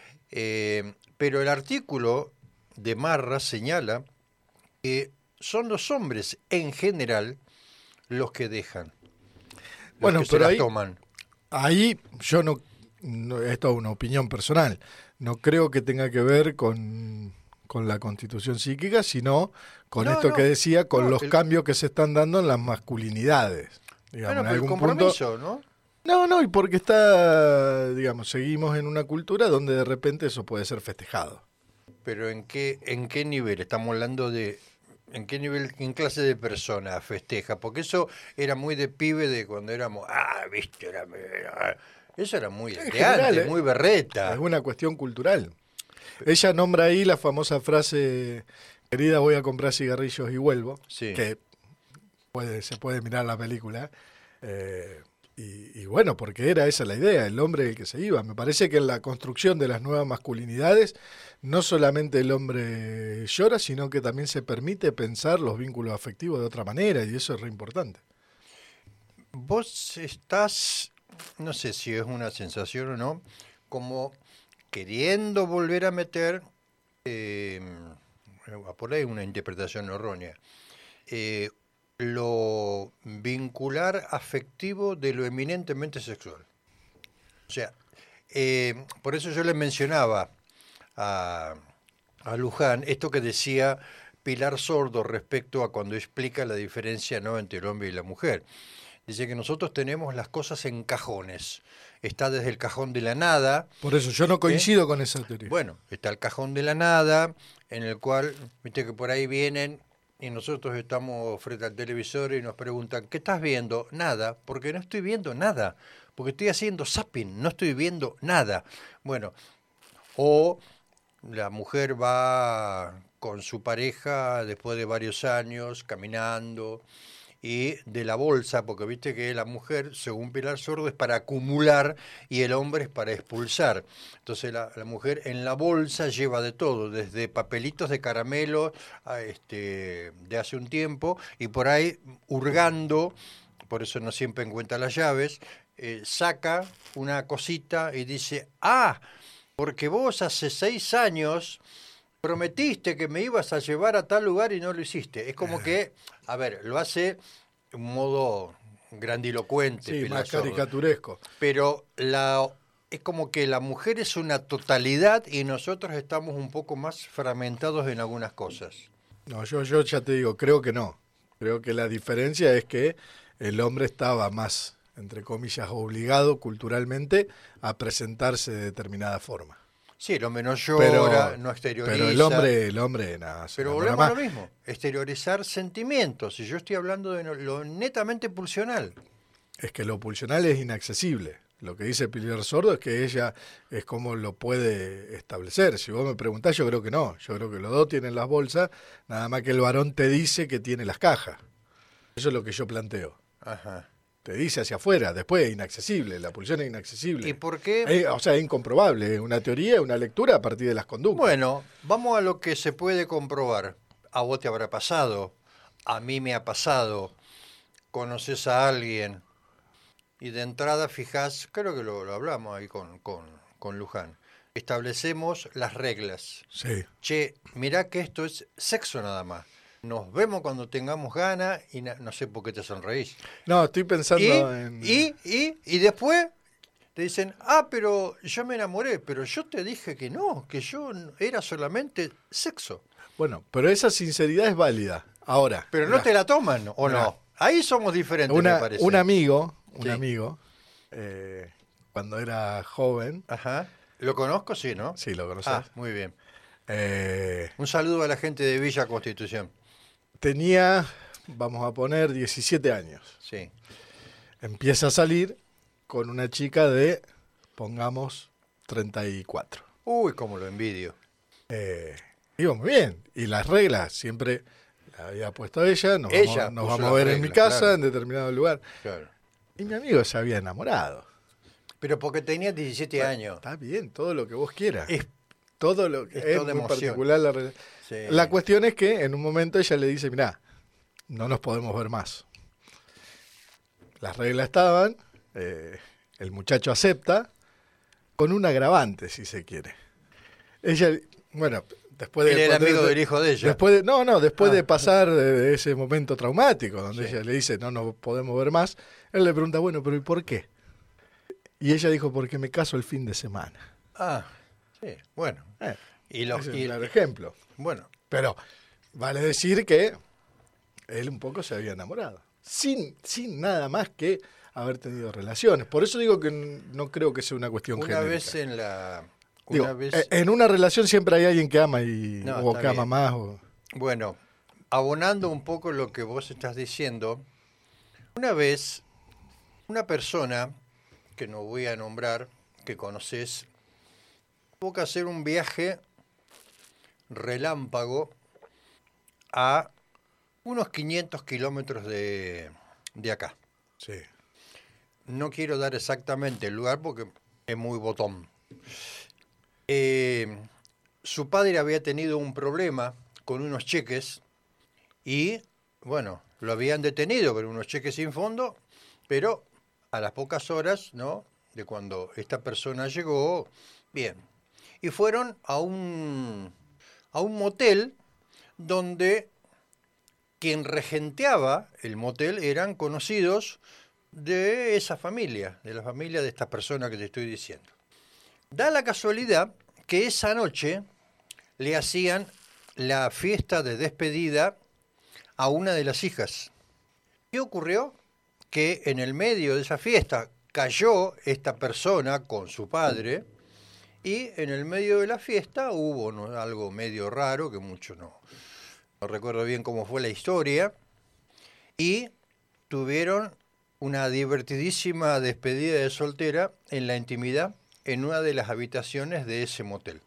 Speaker 1: Eh, pero el artículo de Marra señala que son los hombres en general los que dejan, los
Speaker 11: Bueno,
Speaker 1: que se
Speaker 11: pero
Speaker 1: las
Speaker 11: ahí,
Speaker 1: toman.
Speaker 11: ahí yo no, no, esto es una opinión personal, no creo que tenga que ver con, con la constitución psíquica, sino con
Speaker 1: No,
Speaker 11: esto
Speaker 1: no,
Speaker 11: que decía, con
Speaker 1: no,
Speaker 11: los
Speaker 1: el-
Speaker 11: cambios que se están dando en las masculinidades. Digamos,
Speaker 1: Bueno,
Speaker 11: en
Speaker 1: pero el
Speaker 11: algún
Speaker 1: compromiso,
Speaker 11: punto,
Speaker 1: ¿no?
Speaker 11: no, no, y porque está, digamos, seguimos en una cultura donde de repente eso puede ser festejado.
Speaker 1: Pero ¿en qué, en qué nivel? Estamos hablando de... ¿En qué nivel, en clase de persona festeja? Porque eso era muy de pibe de cuando éramos... Ah, viste, era... era- eso era muy
Speaker 11: En
Speaker 1: de
Speaker 11: general,
Speaker 1: antes,
Speaker 11: ¿eh?
Speaker 1: muy berreta.
Speaker 11: Es una cuestión cultural. Ella nombra ahí la famosa frase, querida, voy a comprar cigarrillos y vuelvo,
Speaker 1: Sí.
Speaker 11: que puede, se puede mirar la película. eh, y, y bueno, porque era esa la idea, el hombre el que se iba. Me parece que en la construcción de las nuevas masculinidades, no solamente el hombre llora, sino que también se permite pensar los vínculos afectivos de otra manera, y eso es re importante.
Speaker 1: Vos estás, no sé si es una sensación o no, como queriendo volver a meter, eh, por ahí una interpretación errónea, eh, lo vincular afectivo de lo eminentemente sexual. O sea, eh, por eso yo le mencionaba a, a Luján esto que decía Pilar Sordo respecto a cuando explica la diferencia, ¿no?, entre el hombre y la mujer. Dice que nosotros tenemos las cosas en cajones. Está desde el cajón de la nada.
Speaker 11: Por eso yo no coincido con esa teoría.
Speaker 1: Bueno, está el cajón de la nada, en el cual, viste que por ahí vienen y nosotros estamos frente al televisor y nos preguntan, ¿qué estás viendo? Nada, porque no estoy viendo nada, porque estoy haciendo zapping, no estoy viendo nada. Bueno, o la mujer va con su pareja después de varios años caminando y de la bolsa, porque viste que la mujer, según Pilar Sordo, es para acumular y el hombre es para expulsar. Entonces la, la mujer en la bolsa lleva de todo, desde papelitos de caramelo a este, de hace un tiempo, y por ahí hurgando, por eso no siempre encuentra las llaves, eh, saca una cosita y dice, ah, porque vos hace seis años prometiste que me ibas a llevar a tal lugar y no lo hiciste. Es como que, a ver, lo hace de un modo grandilocuente.
Speaker 11: Sí,
Speaker 1: Pilar
Speaker 11: más
Speaker 1: Sordo.
Speaker 11: caricaturesco.
Speaker 1: Pero la, es como que la mujer es una totalidad y nosotros estamos un poco más fragmentados en algunas cosas.
Speaker 11: No, yo, yo ya te digo, creo que no. Creo que la diferencia es que el hombre estaba más, entre comillas, obligado culturalmente a presentarse de determinada forma.
Speaker 1: Sí, el hombre no llora, no exterioriza.
Speaker 11: Pero el hombre, el hombre, nada. se
Speaker 1: Pero
Speaker 11: enamora
Speaker 1: volvemos a
Speaker 11: más.
Speaker 1: lo mismo, exteriorizar sentimientos. Y yo estoy hablando de lo netamente pulsional.
Speaker 11: Es que lo pulsional es inaccesible. Lo que dice Pilar Sordo es que ella es como lo puede establecer. Si vos me preguntás, yo creo que no. Yo creo que los dos tienen las bolsas, nada más que el varón te dice que tiene las cajas. Eso es lo que yo planteo.
Speaker 1: Ajá.
Speaker 11: Te dice hacia afuera, después es inaccesible, la pulsión es inaccesible.
Speaker 1: ¿Y por qué?
Speaker 11: Es, o sea, es incomprobable, es una teoría, una lectura a partir de las conductas.
Speaker 1: Bueno, vamos a lo que se puede comprobar. A vos te habrá pasado, a mí me ha pasado. Conoces a alguien y de entrada fijás, creo que lo, lo hablamos ahí con, con, con Luján, establecemos las reglas.
Speaker 11: Sí.
Speaker 1: Che, mirá que esto es sexo nada más. Nos vemos cuando tengamos ganas y na- no sé por qué te sonreís.
Speaker 11: No, estoy pensando
Speaker 1: y,
Speaker 11: en...
Speaker 1: Y, y, y después te dicen, ah, pero yo me enamoré, pero yo te dije que no, que yo n- era solamente sexo.
Speaker 11: Bueno, pero esa sinceridad es válida. Ahora.
Speaker 1: Pero no
Speaker 11: mirá,
Speaker 1: te la toman, ¿o
Speaker 11: mirá.
Speaker 1: no? Ahí somos diferentes,
Speaker 11: Una-
Speaker 1: me parece.
Speaker 11: un amigo, un
Speaker 1: Sí.
Speaker 11: amigo, eh, cuando era joven...
Speaker 1: Ajá. ¿Lo conozco? Sí, ¿no?
Speaker 11: Sí, lo conoces.
Speaker 1: Ah, muy bien.
Speaker 11: Eh,
Speaker 1: Un saludo a la gente de Villa Constitución.
Speaker 11: tenía, vamos a poner, diecisiete años.
Speaker 1: Sí.
Speaker 11: Empieza a salir con una chica de, pongamos, treinta y cuatro.
Speaker 1: Uy, cómo lo envidio.
Speaker 11: Eh, iba muy bien. Y las reglas siempre las había puesto ella. Nos
Speaker 1: Ella
Speaker 11: vamos, nos
Speaker 1: puso
Speaker 11: vamos a
Speaker 1: las
Speaker 11: ver en mi
Speaker 1: reglas,
Speaker 11: casa,
Speaker 1: claro.
Speaker 11: en determinado lugar.
Speaker 1: Claro.
Speaker 11: Y mi amigo se había enamorado.
Speaker 1: Pero porque tenía diecisiete años.
Speaker 11: Está bien, todo lo que vos quieras.
Speaker 1: Es-
Speaker 11: todo lo que
Speaker 1: es
Speaker 11: es,
Speaker 1: toda
Speaker 11: muy
Speaker 1: emoción.
Speaker 11: particular la re-
Speaker 1: Sí.
Speaker 11: La cuestión es que en un momento ella le dice, mirá, no nos podemos ver más. Las reglas estaban, eh, el muchacho acepta, con un agravante, si se quiere. Ella, bueno, después de...
Speaker 1: Él era
Speaker 11: cuando-
Speaker 1: amigo del hijo de ella.
Speaker 11: Después de- no, no, después
Speaker 1: Ah.
Speaker 11: de pasar de, de ese momento traumático, donde
Speaker 1: Sí.
Speaker 11: ella le dice, no nos podemos ver más, él le pregunta, bueno, pero ¿y por qué? Y ella dijo, porque me caso el fin de semana.
Speaker 1: Ah, sí, bueno.
Speaker 11: Eh,
Speaker 1: Y los,
Speaker 11: ese es
Speaker 1: y-
Speaker 11: un claro ejemplo.
Speaker 1: Bueno,
Speaker 11: Pero vale decir que él un poco se había enamorado. Sin, sin nada más que haber tenido relaciones. Por eso digo que n- no creo que sea una cuestión
Speaker 1: una
Speaker 11: genérica.
Speaker 1: vez en la...
Speaker 11: Digo,
Speaker 1: Una vez,
Speaker 11: eh, en una relación siempre hay alguien que ama y,
Speaker 1: No,
Speaker 11: o
Speaker 1: está
Speaker 11: que ama
Speaker 1: bien.
Speaker 11: más. O...
Speaker 1: Bueno, abonando un poco lo que vos estás diciendo, una vez una persona, que no voy a nombrar, que conoces, tuvo que hacer un viaje relámpago a unos quinientos kilómetros de, de acá.
Speaker 11: Sí.
Speaker 1: No quiero dar exactamente el lugar porque es muy botón. Eh, su padre había tenido un problema con unos cheques y, bueno, lo habían detenido, pero unos cheques sin fondo, pero a las pocas horas, ¿no?, de cuando esta persona llegó, bien. Y fueron a un, a un motel donde quien regenteaba el motel eran conocidos de esa familia, de la familia de esta persona que te estoy diciendo. Da la casualidad que esa noche le hacían la fiesta de despedida a una de las hijas. ¿Qué ocurrió? Que en el medio de esa fiesta cayó esta persona con su padre y en el medio de la fiesta hubo, ¿no?, algo medio raro, que mucho no, no recuerdo bien cómo fue la historia, y tuvieron una divertidísima despedida de soltera en la intimidad en una de las habitaciones de ese motel.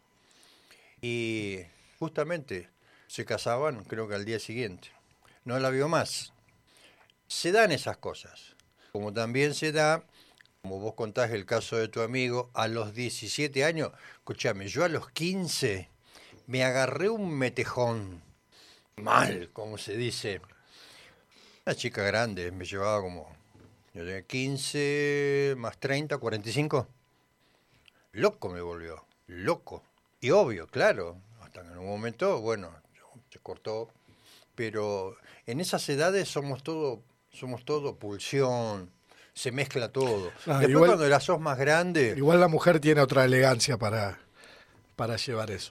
Speaker 1: Y justamente se casaban, creo que al día siguiente. No la vio más. Se dan esas cosas. Como también se da, como vos contás el caso de tu amigo, a los diecisiete años, escúchame, yo a los quince me agarré un metejón. Mal, como se dice. Una chica grande, me llevaba como... Yo tenía quince más treinta, cuarenta y cinco. Loco me volvió, loco. Y obvio, claro, hasta que en un momento, bueno, se cortó. Pero en esas edades somos todo, somos todo pulsión, se mezcla todo.
Speaker 11: No,
Speaker 1: Después
Speaker 11: igual-
Speaker 1: cuando la sos más grande...
Speaker 11: Igual la mujer tiene otra elegancia para, para llevar eso.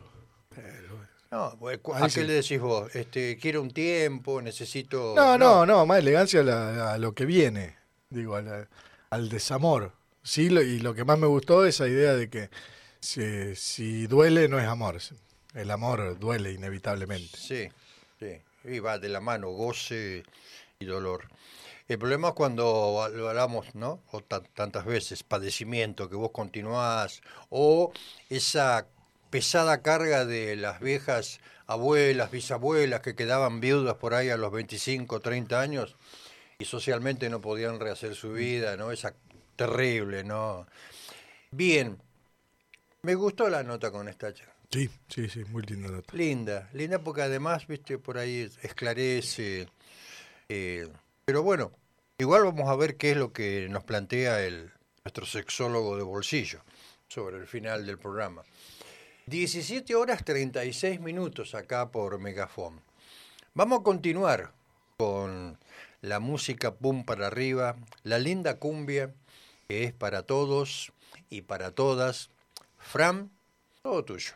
Speaker 1: No, pues, ¿a
Speaker 11: Ahí
Speaker 1: qué
Speaker 11: sí.
Speaker 1: le decís vos? Este, quiero un tiempo, necesito...
Speaker 11: No, no, no, más elegancia a, la- a lo que viene, digo, a la- al desamor. Sí, lo- y lo que más me gustó es esa idea de que si, si duele no es amor. El amor duele inevitablemente.
Speaker 1: Sí, sí. Y va de la mano, goce y dolor. El problema es cuando lo hablamos, ¿no? O t- tantas veces, padecimiento, que vos continuás, o esa pesada carga de las viejas abuelas, bisabuelas que quedaban viudas por ahí a los veinticinco, treinta años y socialmente no podían rehacer su vida, ¿no? Esa terrible, ¿no? Bien, me gustó la nota con esta chica.
Speaker 11: Sí, sí, sí, muy linda nota.
Speaker 1: Linda, linda porque además, viste, por ahí esclarece. Eh, pero bueno, igual vamos a ver qué es lo que nos plantea el nuestro sexólogo de bolsillo sobre el final del programa. diecisiete horas treinta y seis minutos acá por Megafón. Vamos a continuar con la música pum para arriba, la linda cumbia que es para todos y para todas. Fran, todo tuyo.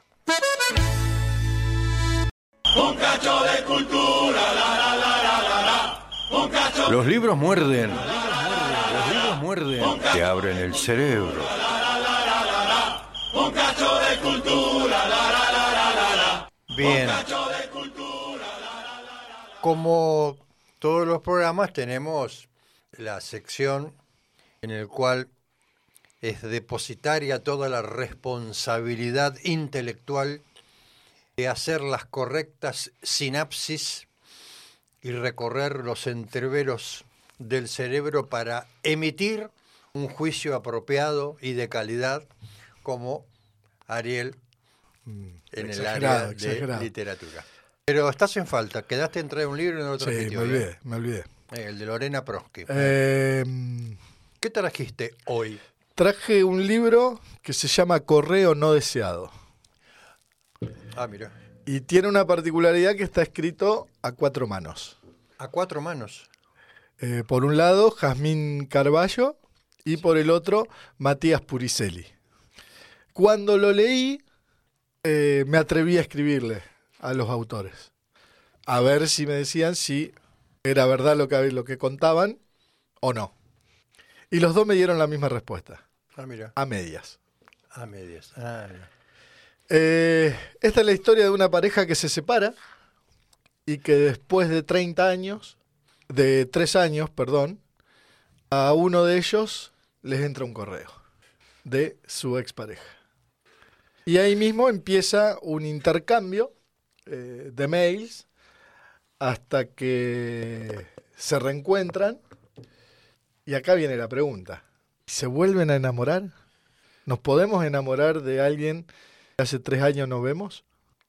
Speaker 12: Un cacho de cultura, la la la la la la. Un cacho.
Speaker 1: Los libros muerden. Los libros muerden. Te abren el cerebro.
Speaker 12: Un cacho de cultura, la la la la la la.
Speaker 1: Bien. Como todos los programas tenemos la sección en el cual es depositaria toda la responsabilidad intelectual de hacer las correctas sinapsis y recorrer los entreveros del cerebro para emitir un juicio apropiado y de calidad, como Ariel en el área de exagerado. Literatura. Pero estás en falta, quedaste en traer un libro y no lo trajiste.
Speaker 11: Sí, me olvidé, ¿eh? me olvidé.
Speaker 1: El de Lorena Prosky.
Speaker 11: Eh,
Speaker 1: ¿Qué trajiste hoy?
Speaker 11: Traje un libro que se llama Correo no deseado.
Speaker 1: Ah, mira.
Speaker 11: Y tiene una particularidad que está escrito a cuatro manos.
Speaker 1: ¿A cuatro manos?
Speaker 11: Eh, por un lado, Jazmín Carballo y por el otro, Matías Puricelli. Cuando lo leí, eh, me atreví a escribirle a los autores. A ver si me decían si era verdad lo que, lo que contaban o no. Y los dos me dieron la misma respuesta.
Speaker 1: Ah, mira.
Speaker 11: A medias.
Speaker 1: A medias. Ah, mira.
Speaker 11: Eh, esta es la historia de una pareja que se separa y que después de treinta años, de tres años, perdón, a uno de ellos les entra un correo de su expareja. Y ahí mismo empieza un intercambio eh, de mails hasta que se reencuentran. Y acá viene la pregunta. ¿Se vuelven a enamorar? ¿Nos podemos enamorar de alguien que hace tres años no vemos?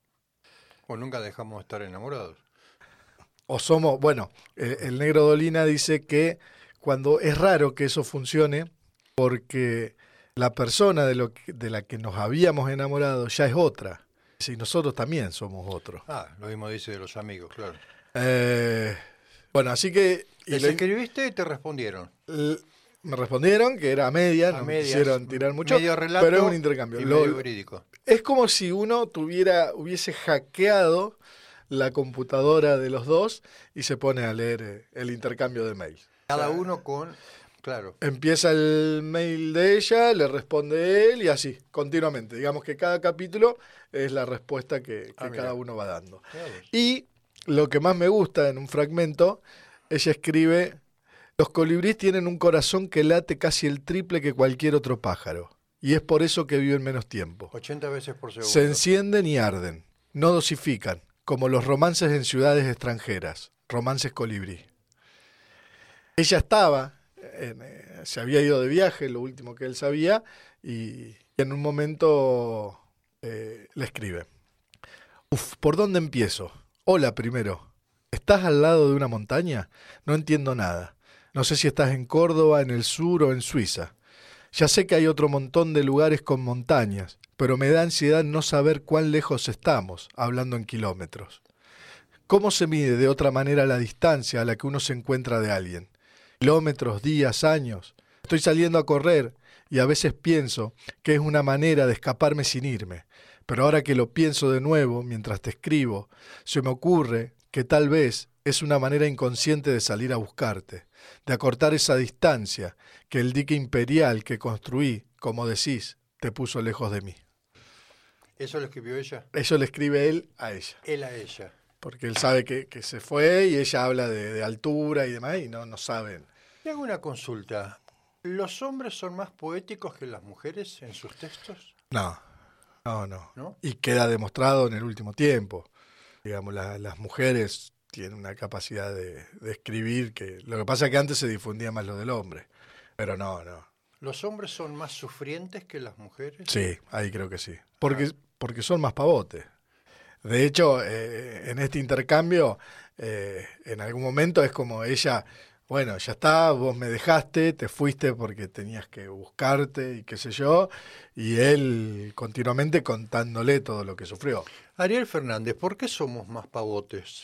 Speaker 1: O nunca dejamos de estar enamorados.
Speaker 11: O somos, bueno, el, el negro Dolina dice que cuando es raro que eso funcione porque la persona de, lo que, de la que nos habíamos enamorado ya es otra. Si nosotros también somos otros.
Speaker 1: Ah, lo mismo dice de los amigos, claro.
Speaker 11: Eh, bueno, así que...
Speaker 1: Y ¿Les le, escribiste y te respondieron?
Speaker 11: Le, me respondieron que era a media, no me quisieron tirar mucho,
Speaker 1: medio relato
Speaker 11: pero es un intercambio.
Speaker 1: Y
Speaker 11: lo,
Speaker 1: medio verídico.
Speaker 11: Es como si uno tuviera, hubiese hackeado la computadora de los dos y se pone a leer el intercambio de mails.
Speaker 1: Cada o sea, uno con... Claro.
Speaker 11: Empieza el mail de ella, le responde él y así, continuamente. Digamos que cada capítulo es la respuesta que, que ah, cada uno va dando. Y lo que más me gusta en un fragmento, ella escribe: los colibríes tienen un corazón que late casi el triple que cualquier otro pájaro. Y es por eso que viven menos tiempo.
Speaker 1: ochenta veces por segundo.
Speaker 11: Se encienden y arden. No dosifican, como los romances en ciudades extranjeras. Romances colibrí. Ella estaba... En, eh, se había ido de viaje, lo último que él sabía, y, y en un momento eh, le escribe: Uf, ¿por dónde empiezo? Hola, primero. ¿Estás al lado de una montaña? No entiendo nada. No sé si estás en Córdoba, en el sur o en Suiza. Ya sé que hay otro montón de lugares con montañas, pero me da ansiedad no saber cuán lejos estamos, hablando en kilómetros. ¿Cómo se mide de otra manera la distancia a la que uno se encuentra de alguien? Kilómetros, días, años. Estoy saliendo a correr y a veces pienso que es una manera de escaparme sin irme. Pero ahora que lo pienso de nuevo, mientras te escribo, se me ocurre que tal vez es una manera inconsciente de salir a buscarte, de acortar esa distancia que el dique imperial que construí, como decís, te puso lejos de mí.
Speaker 1: ¿Eso lo escribió ella?
Speaker 11: Eso le escribe él a ella.
Speaker 1: Él a ella.
Speaker 11: porque él sabe que, que se fue y ella habla de, de altura y demás y no, no saben.
Speaker 1: Y hago una consulta. ¿Los hombres son más poéticos que las mujeres en sus textos?
Speaker 11: No, no, no.
Speaker 1: ¿No?
Speaker 11: Y queda demostrado en el último tiempo. Digamos, la, las mujeres tienen una capacidad de, de escribir que... Lo que pasa es que antes se difundía más lo del hombre, pero no, no.
Speaker 1: ¿Los hombres son más sufrientes que las mujeres?
Speaker 11: Sí, ahí creo que sí. Porque, porque son más pavotes. De hecho, eh, en este intercambio, eh, en algún momento es como ella, bueno, ya está, vos me dejaste, te fuiste porque tenías que buscarte y qué sé yo, y él continuamente contándole todo lo que sufrió.
Speaker 1: Ariel Fernández, ¿por qué somos más pavotes?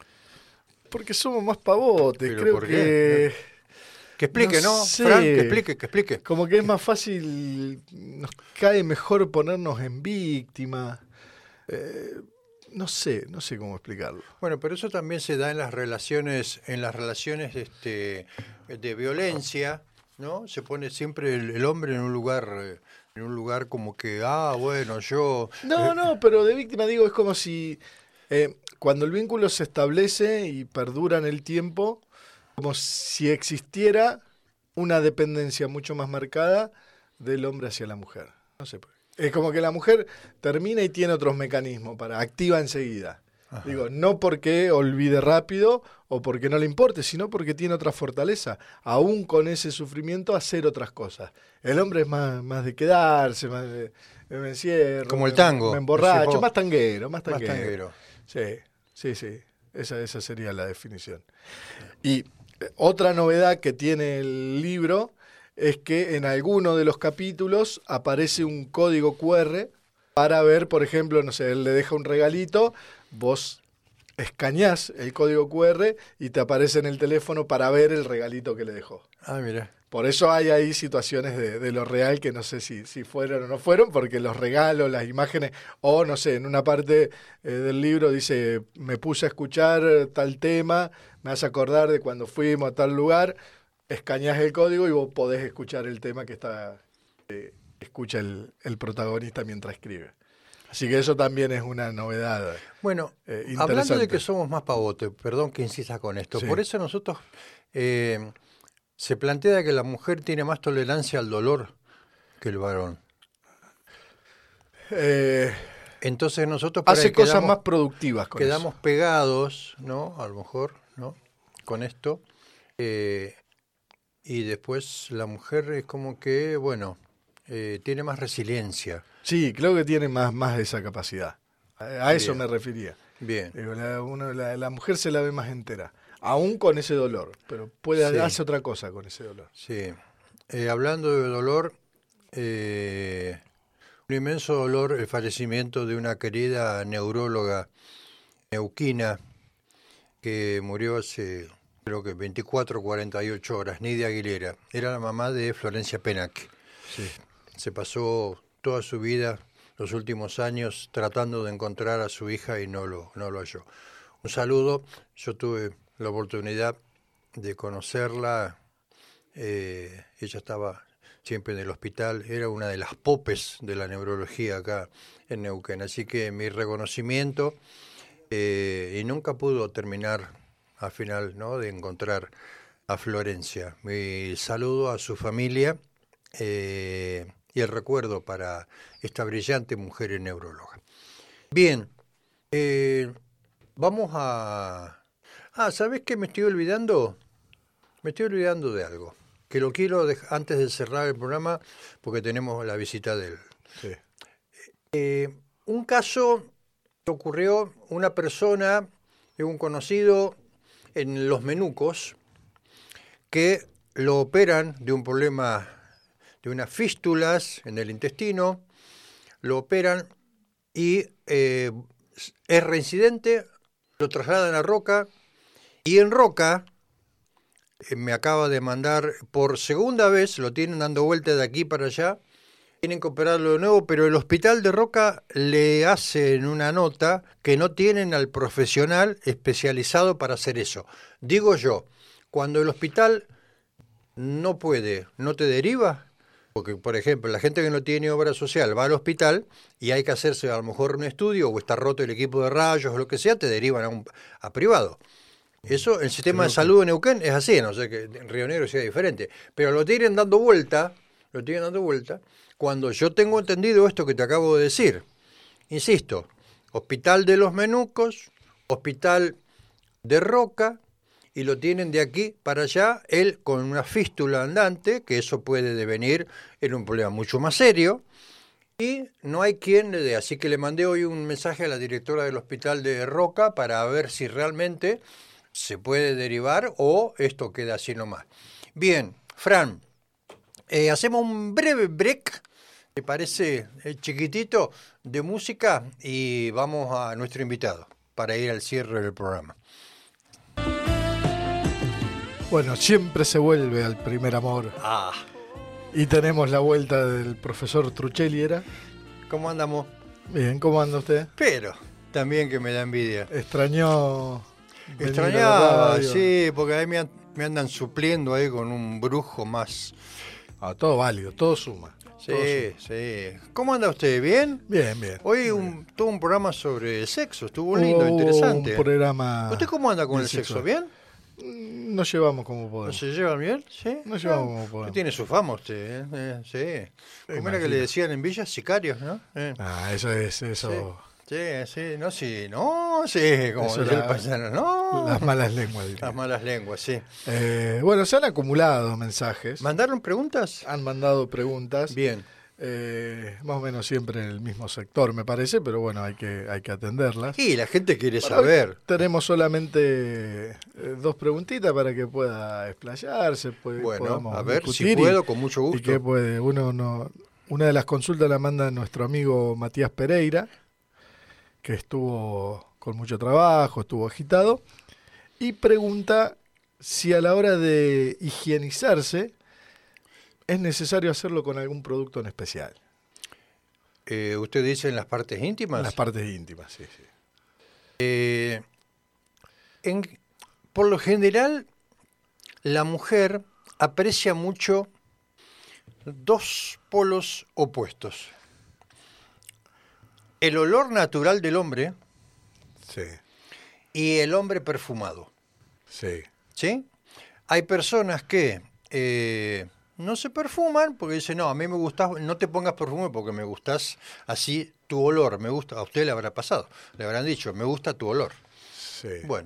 Speaker 11: Porque somos más pavotes,
Speaker 1: ¿Pero
Speaker 11: creo
Speaker 1: por
Speaker 11: que...
Speaker 1: qué? Que explique, ¿no?
Speaker 11: sé.
Speaker 1: Frank, que explique, que explique.
Speaker 11: Como que es más fácil, nos cae mejor ponernos en víctima. Eh, no sé, no sé cómo explicarlo.
Speaker 1: Bueno, pero eso también se da en las relaciones, en las relaciones este, de violencia, ¿no? Se pone siempre el, el hombre en un lugar, eh, en un lugar como que, ah, bueno, yo.
Speaker 11: No,
Speaker 1: eh,
Speaker 11: no, pero de víctima digo, es como si eh, cuando el vínculo se establece y perdura en el tiempo, como si existiera una dependencia mucho más marcada del hombre hacia la mujer. No sé por qué. Es como que la mujer termina y tiene otros mecanismos para activa enseguida. Ajá. Digo, no porque olvide rápido o porque no le importe, sino porque tiene otra fortaleza. Aún con ese sufrimiento, hacer otras cosas. El hombre es más, más de quedarse, más de, de me encierro.
Speaker 1: Como el tango.
Speaker 11: Me, me emborracho, más tanguero, más tanguero.
Speaker 1: Más tanguero.
Speaker 11: Sí, sí, sí. Esa, esa sería la definición. Y otra novedad que tiene el libro es que en alguno de los capítulos aparece un código cu erre para ver, por ejemplo, no sé, él le deja un regalito, vos escaneás el código cu erre y te aparece en el teléfono para ver el regalito que le dejó.
Speaker 1: Ah, mira.
Speaker 11: Por eso hay ahí situaciones de, de lo real que no sé si, si fueron o no fueron, porque los regalos, las imágenes, o no sé, en una parte eh, del libro dice, me puse a escuchar tal tema, me hace acordar de cuando fuimos a tal lugar, escaneás el código y vos podés escuchar el tema que está eh, escucha el, el protagonista mientras escribe. Así que eso también es una novedad.
Speaker 1: Bueno,
Speaker 11: eh,
Speaker 1: hablando de que somos más pavotes, perdón que insista con esto, sí. Por eso nosotros eh, se plantea que la mujer tiene más tolerancia al dolor que el varón.
Speaker 11: Eh,
Speaker 1: Entonces nosotros
Speaker 11: hace cosas
Speaker 1: quedamos,
Speaker 11: más productivas con
Speaker 1: quedamos
Speaker 11: eso.
Speaker 1: pegados, ¿no? A lo mejor, ¿no? Con esto. Eh, y después la mujer es como que, bueno, eh, tiene más resiliencia.
Speaker 11: Sí, creo que tiene más, más esa capacidad. A, a eso me refería.
Speaker 1: Bien.
Speaker 11: Digo, la, uno, la, la mujer se la ve más entera, aún con ese dolor, pero puede
Speaker 1: sí.
Speaker 11: hacer otra cosa con ese dolor.
Speaker 1: Sí. Eh, hablando de dolor, eh, un inmenso dolor el fallecimiento de una querida neuróloga neuquina que murió hace, creo que veinticuatro o cuarenta y ocho horas, Nidia Aguilera. Era la mamá de Florencia Penac.
Speaker 11: Sí.
Speaker 1: Se pasó toda su vida, los últimos años, tratando de encontrar a su hija y no lo, no lo halló. Un saludo, yo tuve la oportunidad de conocerla, eh, ella estaba siempre en el hospital, era una de las popes de la neurología acá en Neuquén, así que mi reconocimiento, eh, y nunca pudo terminar al final, ¿no?, de encontrar a Florencia. Mi saludo a su familia, eh, y el recuerdo para esta brillante mujer neuróloga. Bien, eh, vamos a... Ah, ¿sabés qué me estoy olvidando? Me estoy olvidando de algo, que lo quiero dejar antes de cerrar el programa, porque tenemos la visita de él.
Speaker 11: Sí.
Speaker 1: Eh, un caso que ocurrió, una persona, un conocido en Los Menucos, que lo operan de un problema, de unas fístulas en el intestino, lo operan y eh, es reincidente, lo trasladan a Roca, y en Roca eh, me acaba de mandar por segunda vez, lo tienen dando vuelta de aquí para allá, tienen que operarlo de nuevo, pero el hospital de Roca le hacen una nota que no tienen al profesional especializado para hacer eso. Digo yo, cuando el hospital no puede, no te deriva, Porque, por ejemplo, la gente que no tiene obra social va al hospital y hay que hacerse a lo mejor un estudio o está roto el equipo de rayos o lo que sea, te derivan a, un, a privado. Eso, el sistema de salud en Neuquén es así, no sé que en Río Negro sea diferente. Pero lo tienen dando vuelta, lo tienen dando vuelta, cuando yo tengo entendido esto que te acabo de decir. Insisto, Hospital de los Menucos, Hospital de Roca, y lo tienen de aquí para allá, él con una fístula andante, que eso puede devenir en un problema mucho más serio, y no hay quien le dé. Así que le mandé hoy un mensaje a la directora del Hospital de Roca para ver si realmente se puede derivar o esto queda así nomás. Bien, Fran, eh, hacemos un breve break, ¿te parece, eh, chiquitito, de música? Y vamos a nuestro invitado para ir al cierre del programa.
Speaker 11: Bueno, siempre se vuelve al primer amor.
Speaker 1: Ah.
Speaker 11: Y tenemos la vuelta del profesor Truchelli, ¿era?
Speaker 1: ¿Cómo andamos?
Speaker 11: Bien, ¿cómo anda usted?
Speaker 1: Pero, también que me da envidia.
Speaker 11: Extrañó...
Speaker 1: Extrañaba, sí, porque ahí me, an- me andan supliendo ahí con un brujo más.
Speaker 11: Ah, todo válido, todo suma.
Speaker 1: Sí,
Speaker 11: todo suma.
Speaker 1: sí. ¿Cómo anda usted? ¿Bien?
Speaker 11: Bien, bien.
Speaker 1: Hoy un, tuvo un programa sobre sexo, estuvo lindo,
Speaker 11: Hubo
Speaker 1: interesante.
Speaker 11: un programa
Speaker 1: ¿Usted cómo anda con
Speaker 11: del
Speaker 1: el sexo?
Speaker 11: sexo.
Speaker 1: ¿Bien?
Speaker 11: Nos llevamos como
Speaker 1: ¿No
Speaker 11: podemos.
Speaker 1: se llevan bien? Sí.
Speaker 11: Nos llevamos como
Speaker 1: Usted
Speaker 11: podemos.
Speaker 1: tiene su fama usted, ¿eh? Eh, sí. ¿Cómo era que
Speaker 11: imagino.
Speaker 1: le decían en Villa? Sicarios, ¿no? Eh.
Speaker 11: Ah, eso es, eso...
Speaker 1: Sí, sí, no, sí, no, sí, como
Speaker 11: Eso
Speaker 1: decía
Speaker 11: la-
Speaker 1: el paisano, no.
Speaker 11: Las malas lenguas, diría.
Speaker 1: Las malas lenguas, sí.
Speaker 11: Eh, bueno, se han acumulado mensajes.
Speaker 1: ¿Mandaron preguntas?
Speaker 11: Han mandado preguntas.
Speaker 1: Bien.
Speaker 11: Eh, más o menos siempre en el mismo sector, me parece, pero bueno, hay que, hay que atenderlas.
Speaker 1: Y la gente quiere
Speaker 11: Para
Speaker 1: saber.
Speaker 11: hoy tenemos solamente eh, dos preguntitas para que pueda explayarse. Pues,
Speaker 1: Bueno,
Speaker 11: podamos
Speaker 1: a ver, si
Speaker 11: discutir y-
Speaker 1: puedo, con mucho
Speaker 11: y
Speaker 1: gusto.
Speaker 11: que puede, uno no, una de las consultas la manda nuestro amigo Matías Pereira, que estuvo con mucho trabajo, estuvo agitado, y pregunta si a la hora de higienizarse es necesario hacerlo con algún producto en especial.
Speaker 1: Eh, ¿Usted dice en las partes íntimas?
Speaker 11: En las partes íntimas, sí, sí.
Speaker 1: Eh, en- por lo general, la mujer aprecia mucho dos polos opuestos. El olor natural del hombre
Speaker 11: Sí,
Speaker 1: y el hombre perfumado.
Speaker 11: sí.
Speaker 1: ¿Sí? Hay personas que eh, no se perfuman porque dicen, no, a mí me gustas, no te pongas perfume porque me gustas así tu olor, me gusta, a usted le habrá pasado, le habrán dicho, me gusta tu olor.
Speaker 11: Sí.
Speaker 1: Bueno,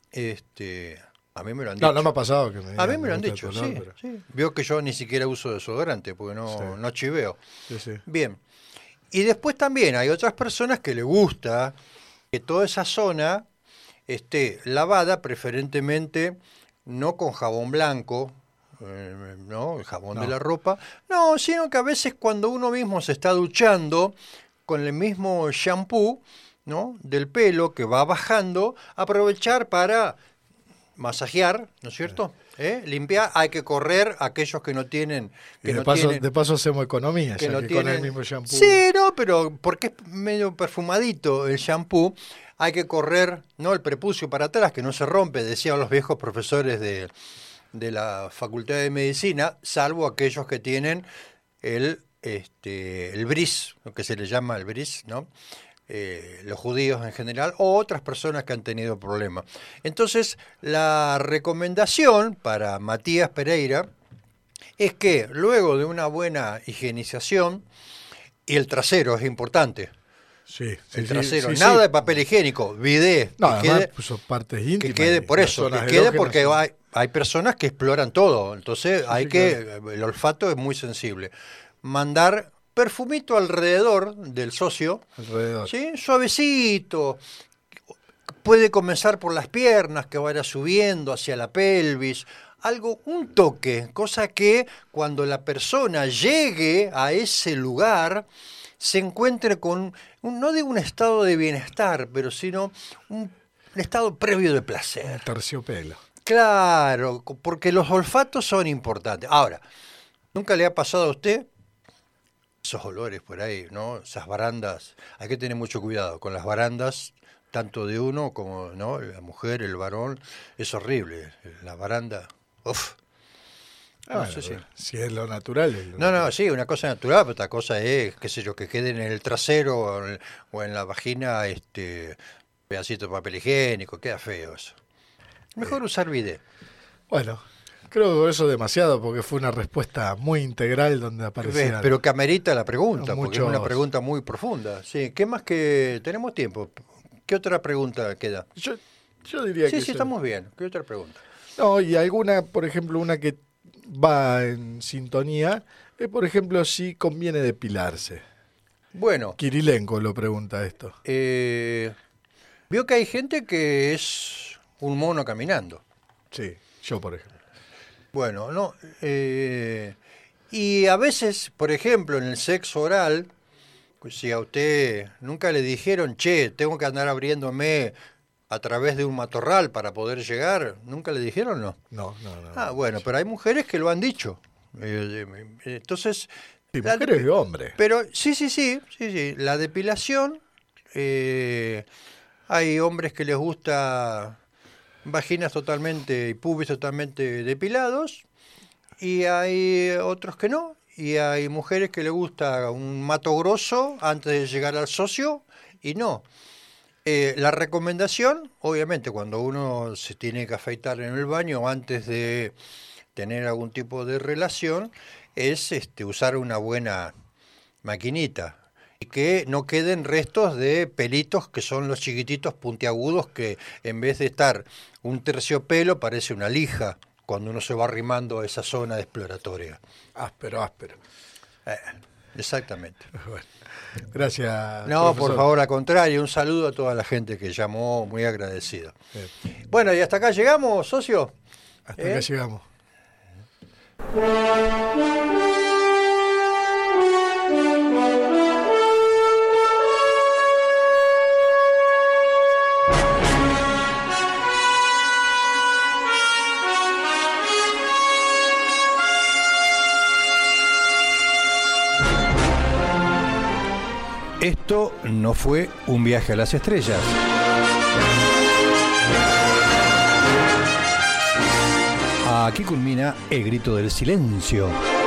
Speaker 1: este, a mí me lo han
Speaker 11: No,
Speaker 1: dicho.
Speaker 11: no me ha pasado que me
Speaker 1: A mí
Speaker 11: digan,
Speaker 1: me lo han
Speaker 11: gusta
Speaker 1: dicho,
Speaker 11: tu olor,
Speaker 1: sí,
Speaker 11: pero-
Speaker 1: sí. Vio que yo ni siquiera uso desodorante porque no,
Speaker 11: Sí.
Speaker 1: no chiveo.
Speaker 11: Sí, sí.
Speaker 1: Bien. Y después también hay otras personas que le gusta que toda esa zona esté lavada, preferentemente no con jabón blanco, eh, no, el jabón
Speaker 11: No.
Speaker 1: de la ropa, no, sino que a veces cuando uno mismo se está duchando con el mismo shampoo, ¿no?, del pelo que va bajando, aprovechar para masajear, ¿no es cierto? ¿Eh? Limpiar, hay que correr a aquellos que no tienen... Que
Speaker 11: Y de,
Speaker 1: no
Speaker 11: paso,
Speaker 1: tienen
Speaker 11: de paso hacemos economía,
Speaker 1: que
Speaker 11: ya
Speaker 1: no
Speaker 11: que con el
Speaker 1: tienen-
Speaker 11: mismo shampoo.
Speaker 1: Sí, no, pero porque es medio perfumadito el shampoo, hay que correr, ¿no?, el prepucio para atrás, que no se rompe, decían los viejos profesores de, de la Facultad de Medicina, salvo aquellos que tienen el, este, el bris, lo que se le llama el bris, ¿no? Eh, los judíos en general, o otras personas que han tenido problemas. Entonces, la recomendación para Matías Pereira es que luego de una buena higienización, y el trasero es importante,
Speaker 11: Sí, sí,
Speaker 1: el
Speaker 11: sí,
Speaker 1: trasero,
Speaker 11: sí,
Speaker 1: nada
Speaker 11: sí.
Speaker 1: de papel higiénico, bidé,
Speaker 11: No,
Speaker 1: que
Speaker 11: además
Speaker 1: quede,
Speaker 11: puso partes
Speaker 1: que
Speaker 11: íntimas.
Speaker 1: quede
Speaker 11: y
Speaker 1: por
Speaker 11: las
Speaker 1: eso,
Speaker 11: zonas
Speaker 1: que quede
Speaker 11: erógenas
Speaker 1: porque
Speaker 11: son-
Speaker 1: hay, hay personas que exploran todo, entonces hay
Speaker 11: sí,
Speaker 1: que, el olfato es muy sensible. Mandar perfumito alrededor del socio,
Speaker 11: alrededor.
Speaker 1: ¿sí?, suavecito, puede comenzar por las piernas, que vaya subiendo hacia la pelvis, algo, un toque, cosa que cuando la persona llegue a ese lugar se encuentre con, un, no digo un estado de bienestar, pero sino un, un estado previo de placer.
Speaker 11: Terciopelo.
Speaker 1: Claro, co- porque los olfatos son importantes. Ahora, ¿nunca le ha pasado a usted esos olores por ahí, ¿no? Esas barandas, hay que tener mucho cuidado con las barandas, tanto de uno como, ¿no?, la mujer, el varón, es horrible, la baranda, uf.
Speaker 11: Ah,
Speaker 1: no
Speaker 11: bueno,
Speaker 1: sé si.
Speaker 11: si es lo natural. Es lo
Speaker 1: No,
Speaker 11: natural.
Speaker 1: no, sí, una cosa natural, pero otra cosa es, qué sé yo, que quede en el trasero o en, o en la vagina este pedacito de papel higiénico, queda feo eso. Mejor usar bidet.
Speaker 11: Bueno, creo que eso es demasiado porque fue una respuesta muy integral donde aparecía.
Speaker 1: Pero que amerita la pregunta,
Speaker 11: muchos...
Speaker 1: porque es una pregunta muy profunda. Sí, ¿qué más que tenemos tiempo? ¿Qué otra pregunta queda?
Speaker 11: Yo, yo diría
Speaker 1: sí,
Speaker 11: que...
Speaker 1: Sí, sí,
Speaker 11: eso...
Speaker 1: estamos bien. ¿Qué otra pregunta?
Speaker 11: No, y alguna, por ejemplo, una que va en sintonía, es, por ejemplo, si conviene depilarse.
Speaker 1: Bueno.
Speaker 11: Kirilenko lo pregunta esto.
Speaker 1: Eh, vio que hay gente que es un mono caminando.
Speaker 11: Sí, yo, por ejemplo.
Speaker 1: Bueno, no. Eh, y a veces, por ejemplo, en el sexo oral, pues si a usted nunca le dijeron, che, tengo que andar abriéndome a través de un matorral para poder llegar, ¿nunca le dijeron no?
Speaker 11: No, no, no.
Speaker 1: Ah, bueno, pero hay mujeres que lo han dicho. Eh, eh, entonces...
Speaker 11: Sí, mujeres y hombres.
Speaker 1: Pero sí, sí, sí, sí, sí. La depilación, eh, hay hombres que les gusta vaginas totalmente y pubis totalmente depilados, y hay otros que no, y hay mujeres que les gusta un mato grosso antes de llegar al socio, y no. Eh, la recomendación, obviamente, cuando uno se tiene que afeitar en el baño antes de tener algún tipo de relación, es este, usar una buena maquinita y que no queden restos de pelitos que son los chiquititos puntiagudos que en vez de estar un terciopelo parece una lija cuando uno se va arrimando a esa zona exploratoria.
Speaker 11: Áspero, áspero.
Speaker 1: Eh, exactamente.
Speaker 11: Bueno, gracias.
Speaker 1: No,
Speaker 11: profesor.
Speaker 1: por favor, al contrario, un saludo a toda la gente que llamó, muy agradecido.
Speaker 11: Bien.
Speaker 1: Bueno, y hasta acá llegamos, socio.
Speaker 11: Hasta
Speaker 1: ¿Eh?
Speaker 11: acá llegamos.
Speaker 1: Esto no fue un viaje a las estrellas. Aquí culmina el grito del silencio.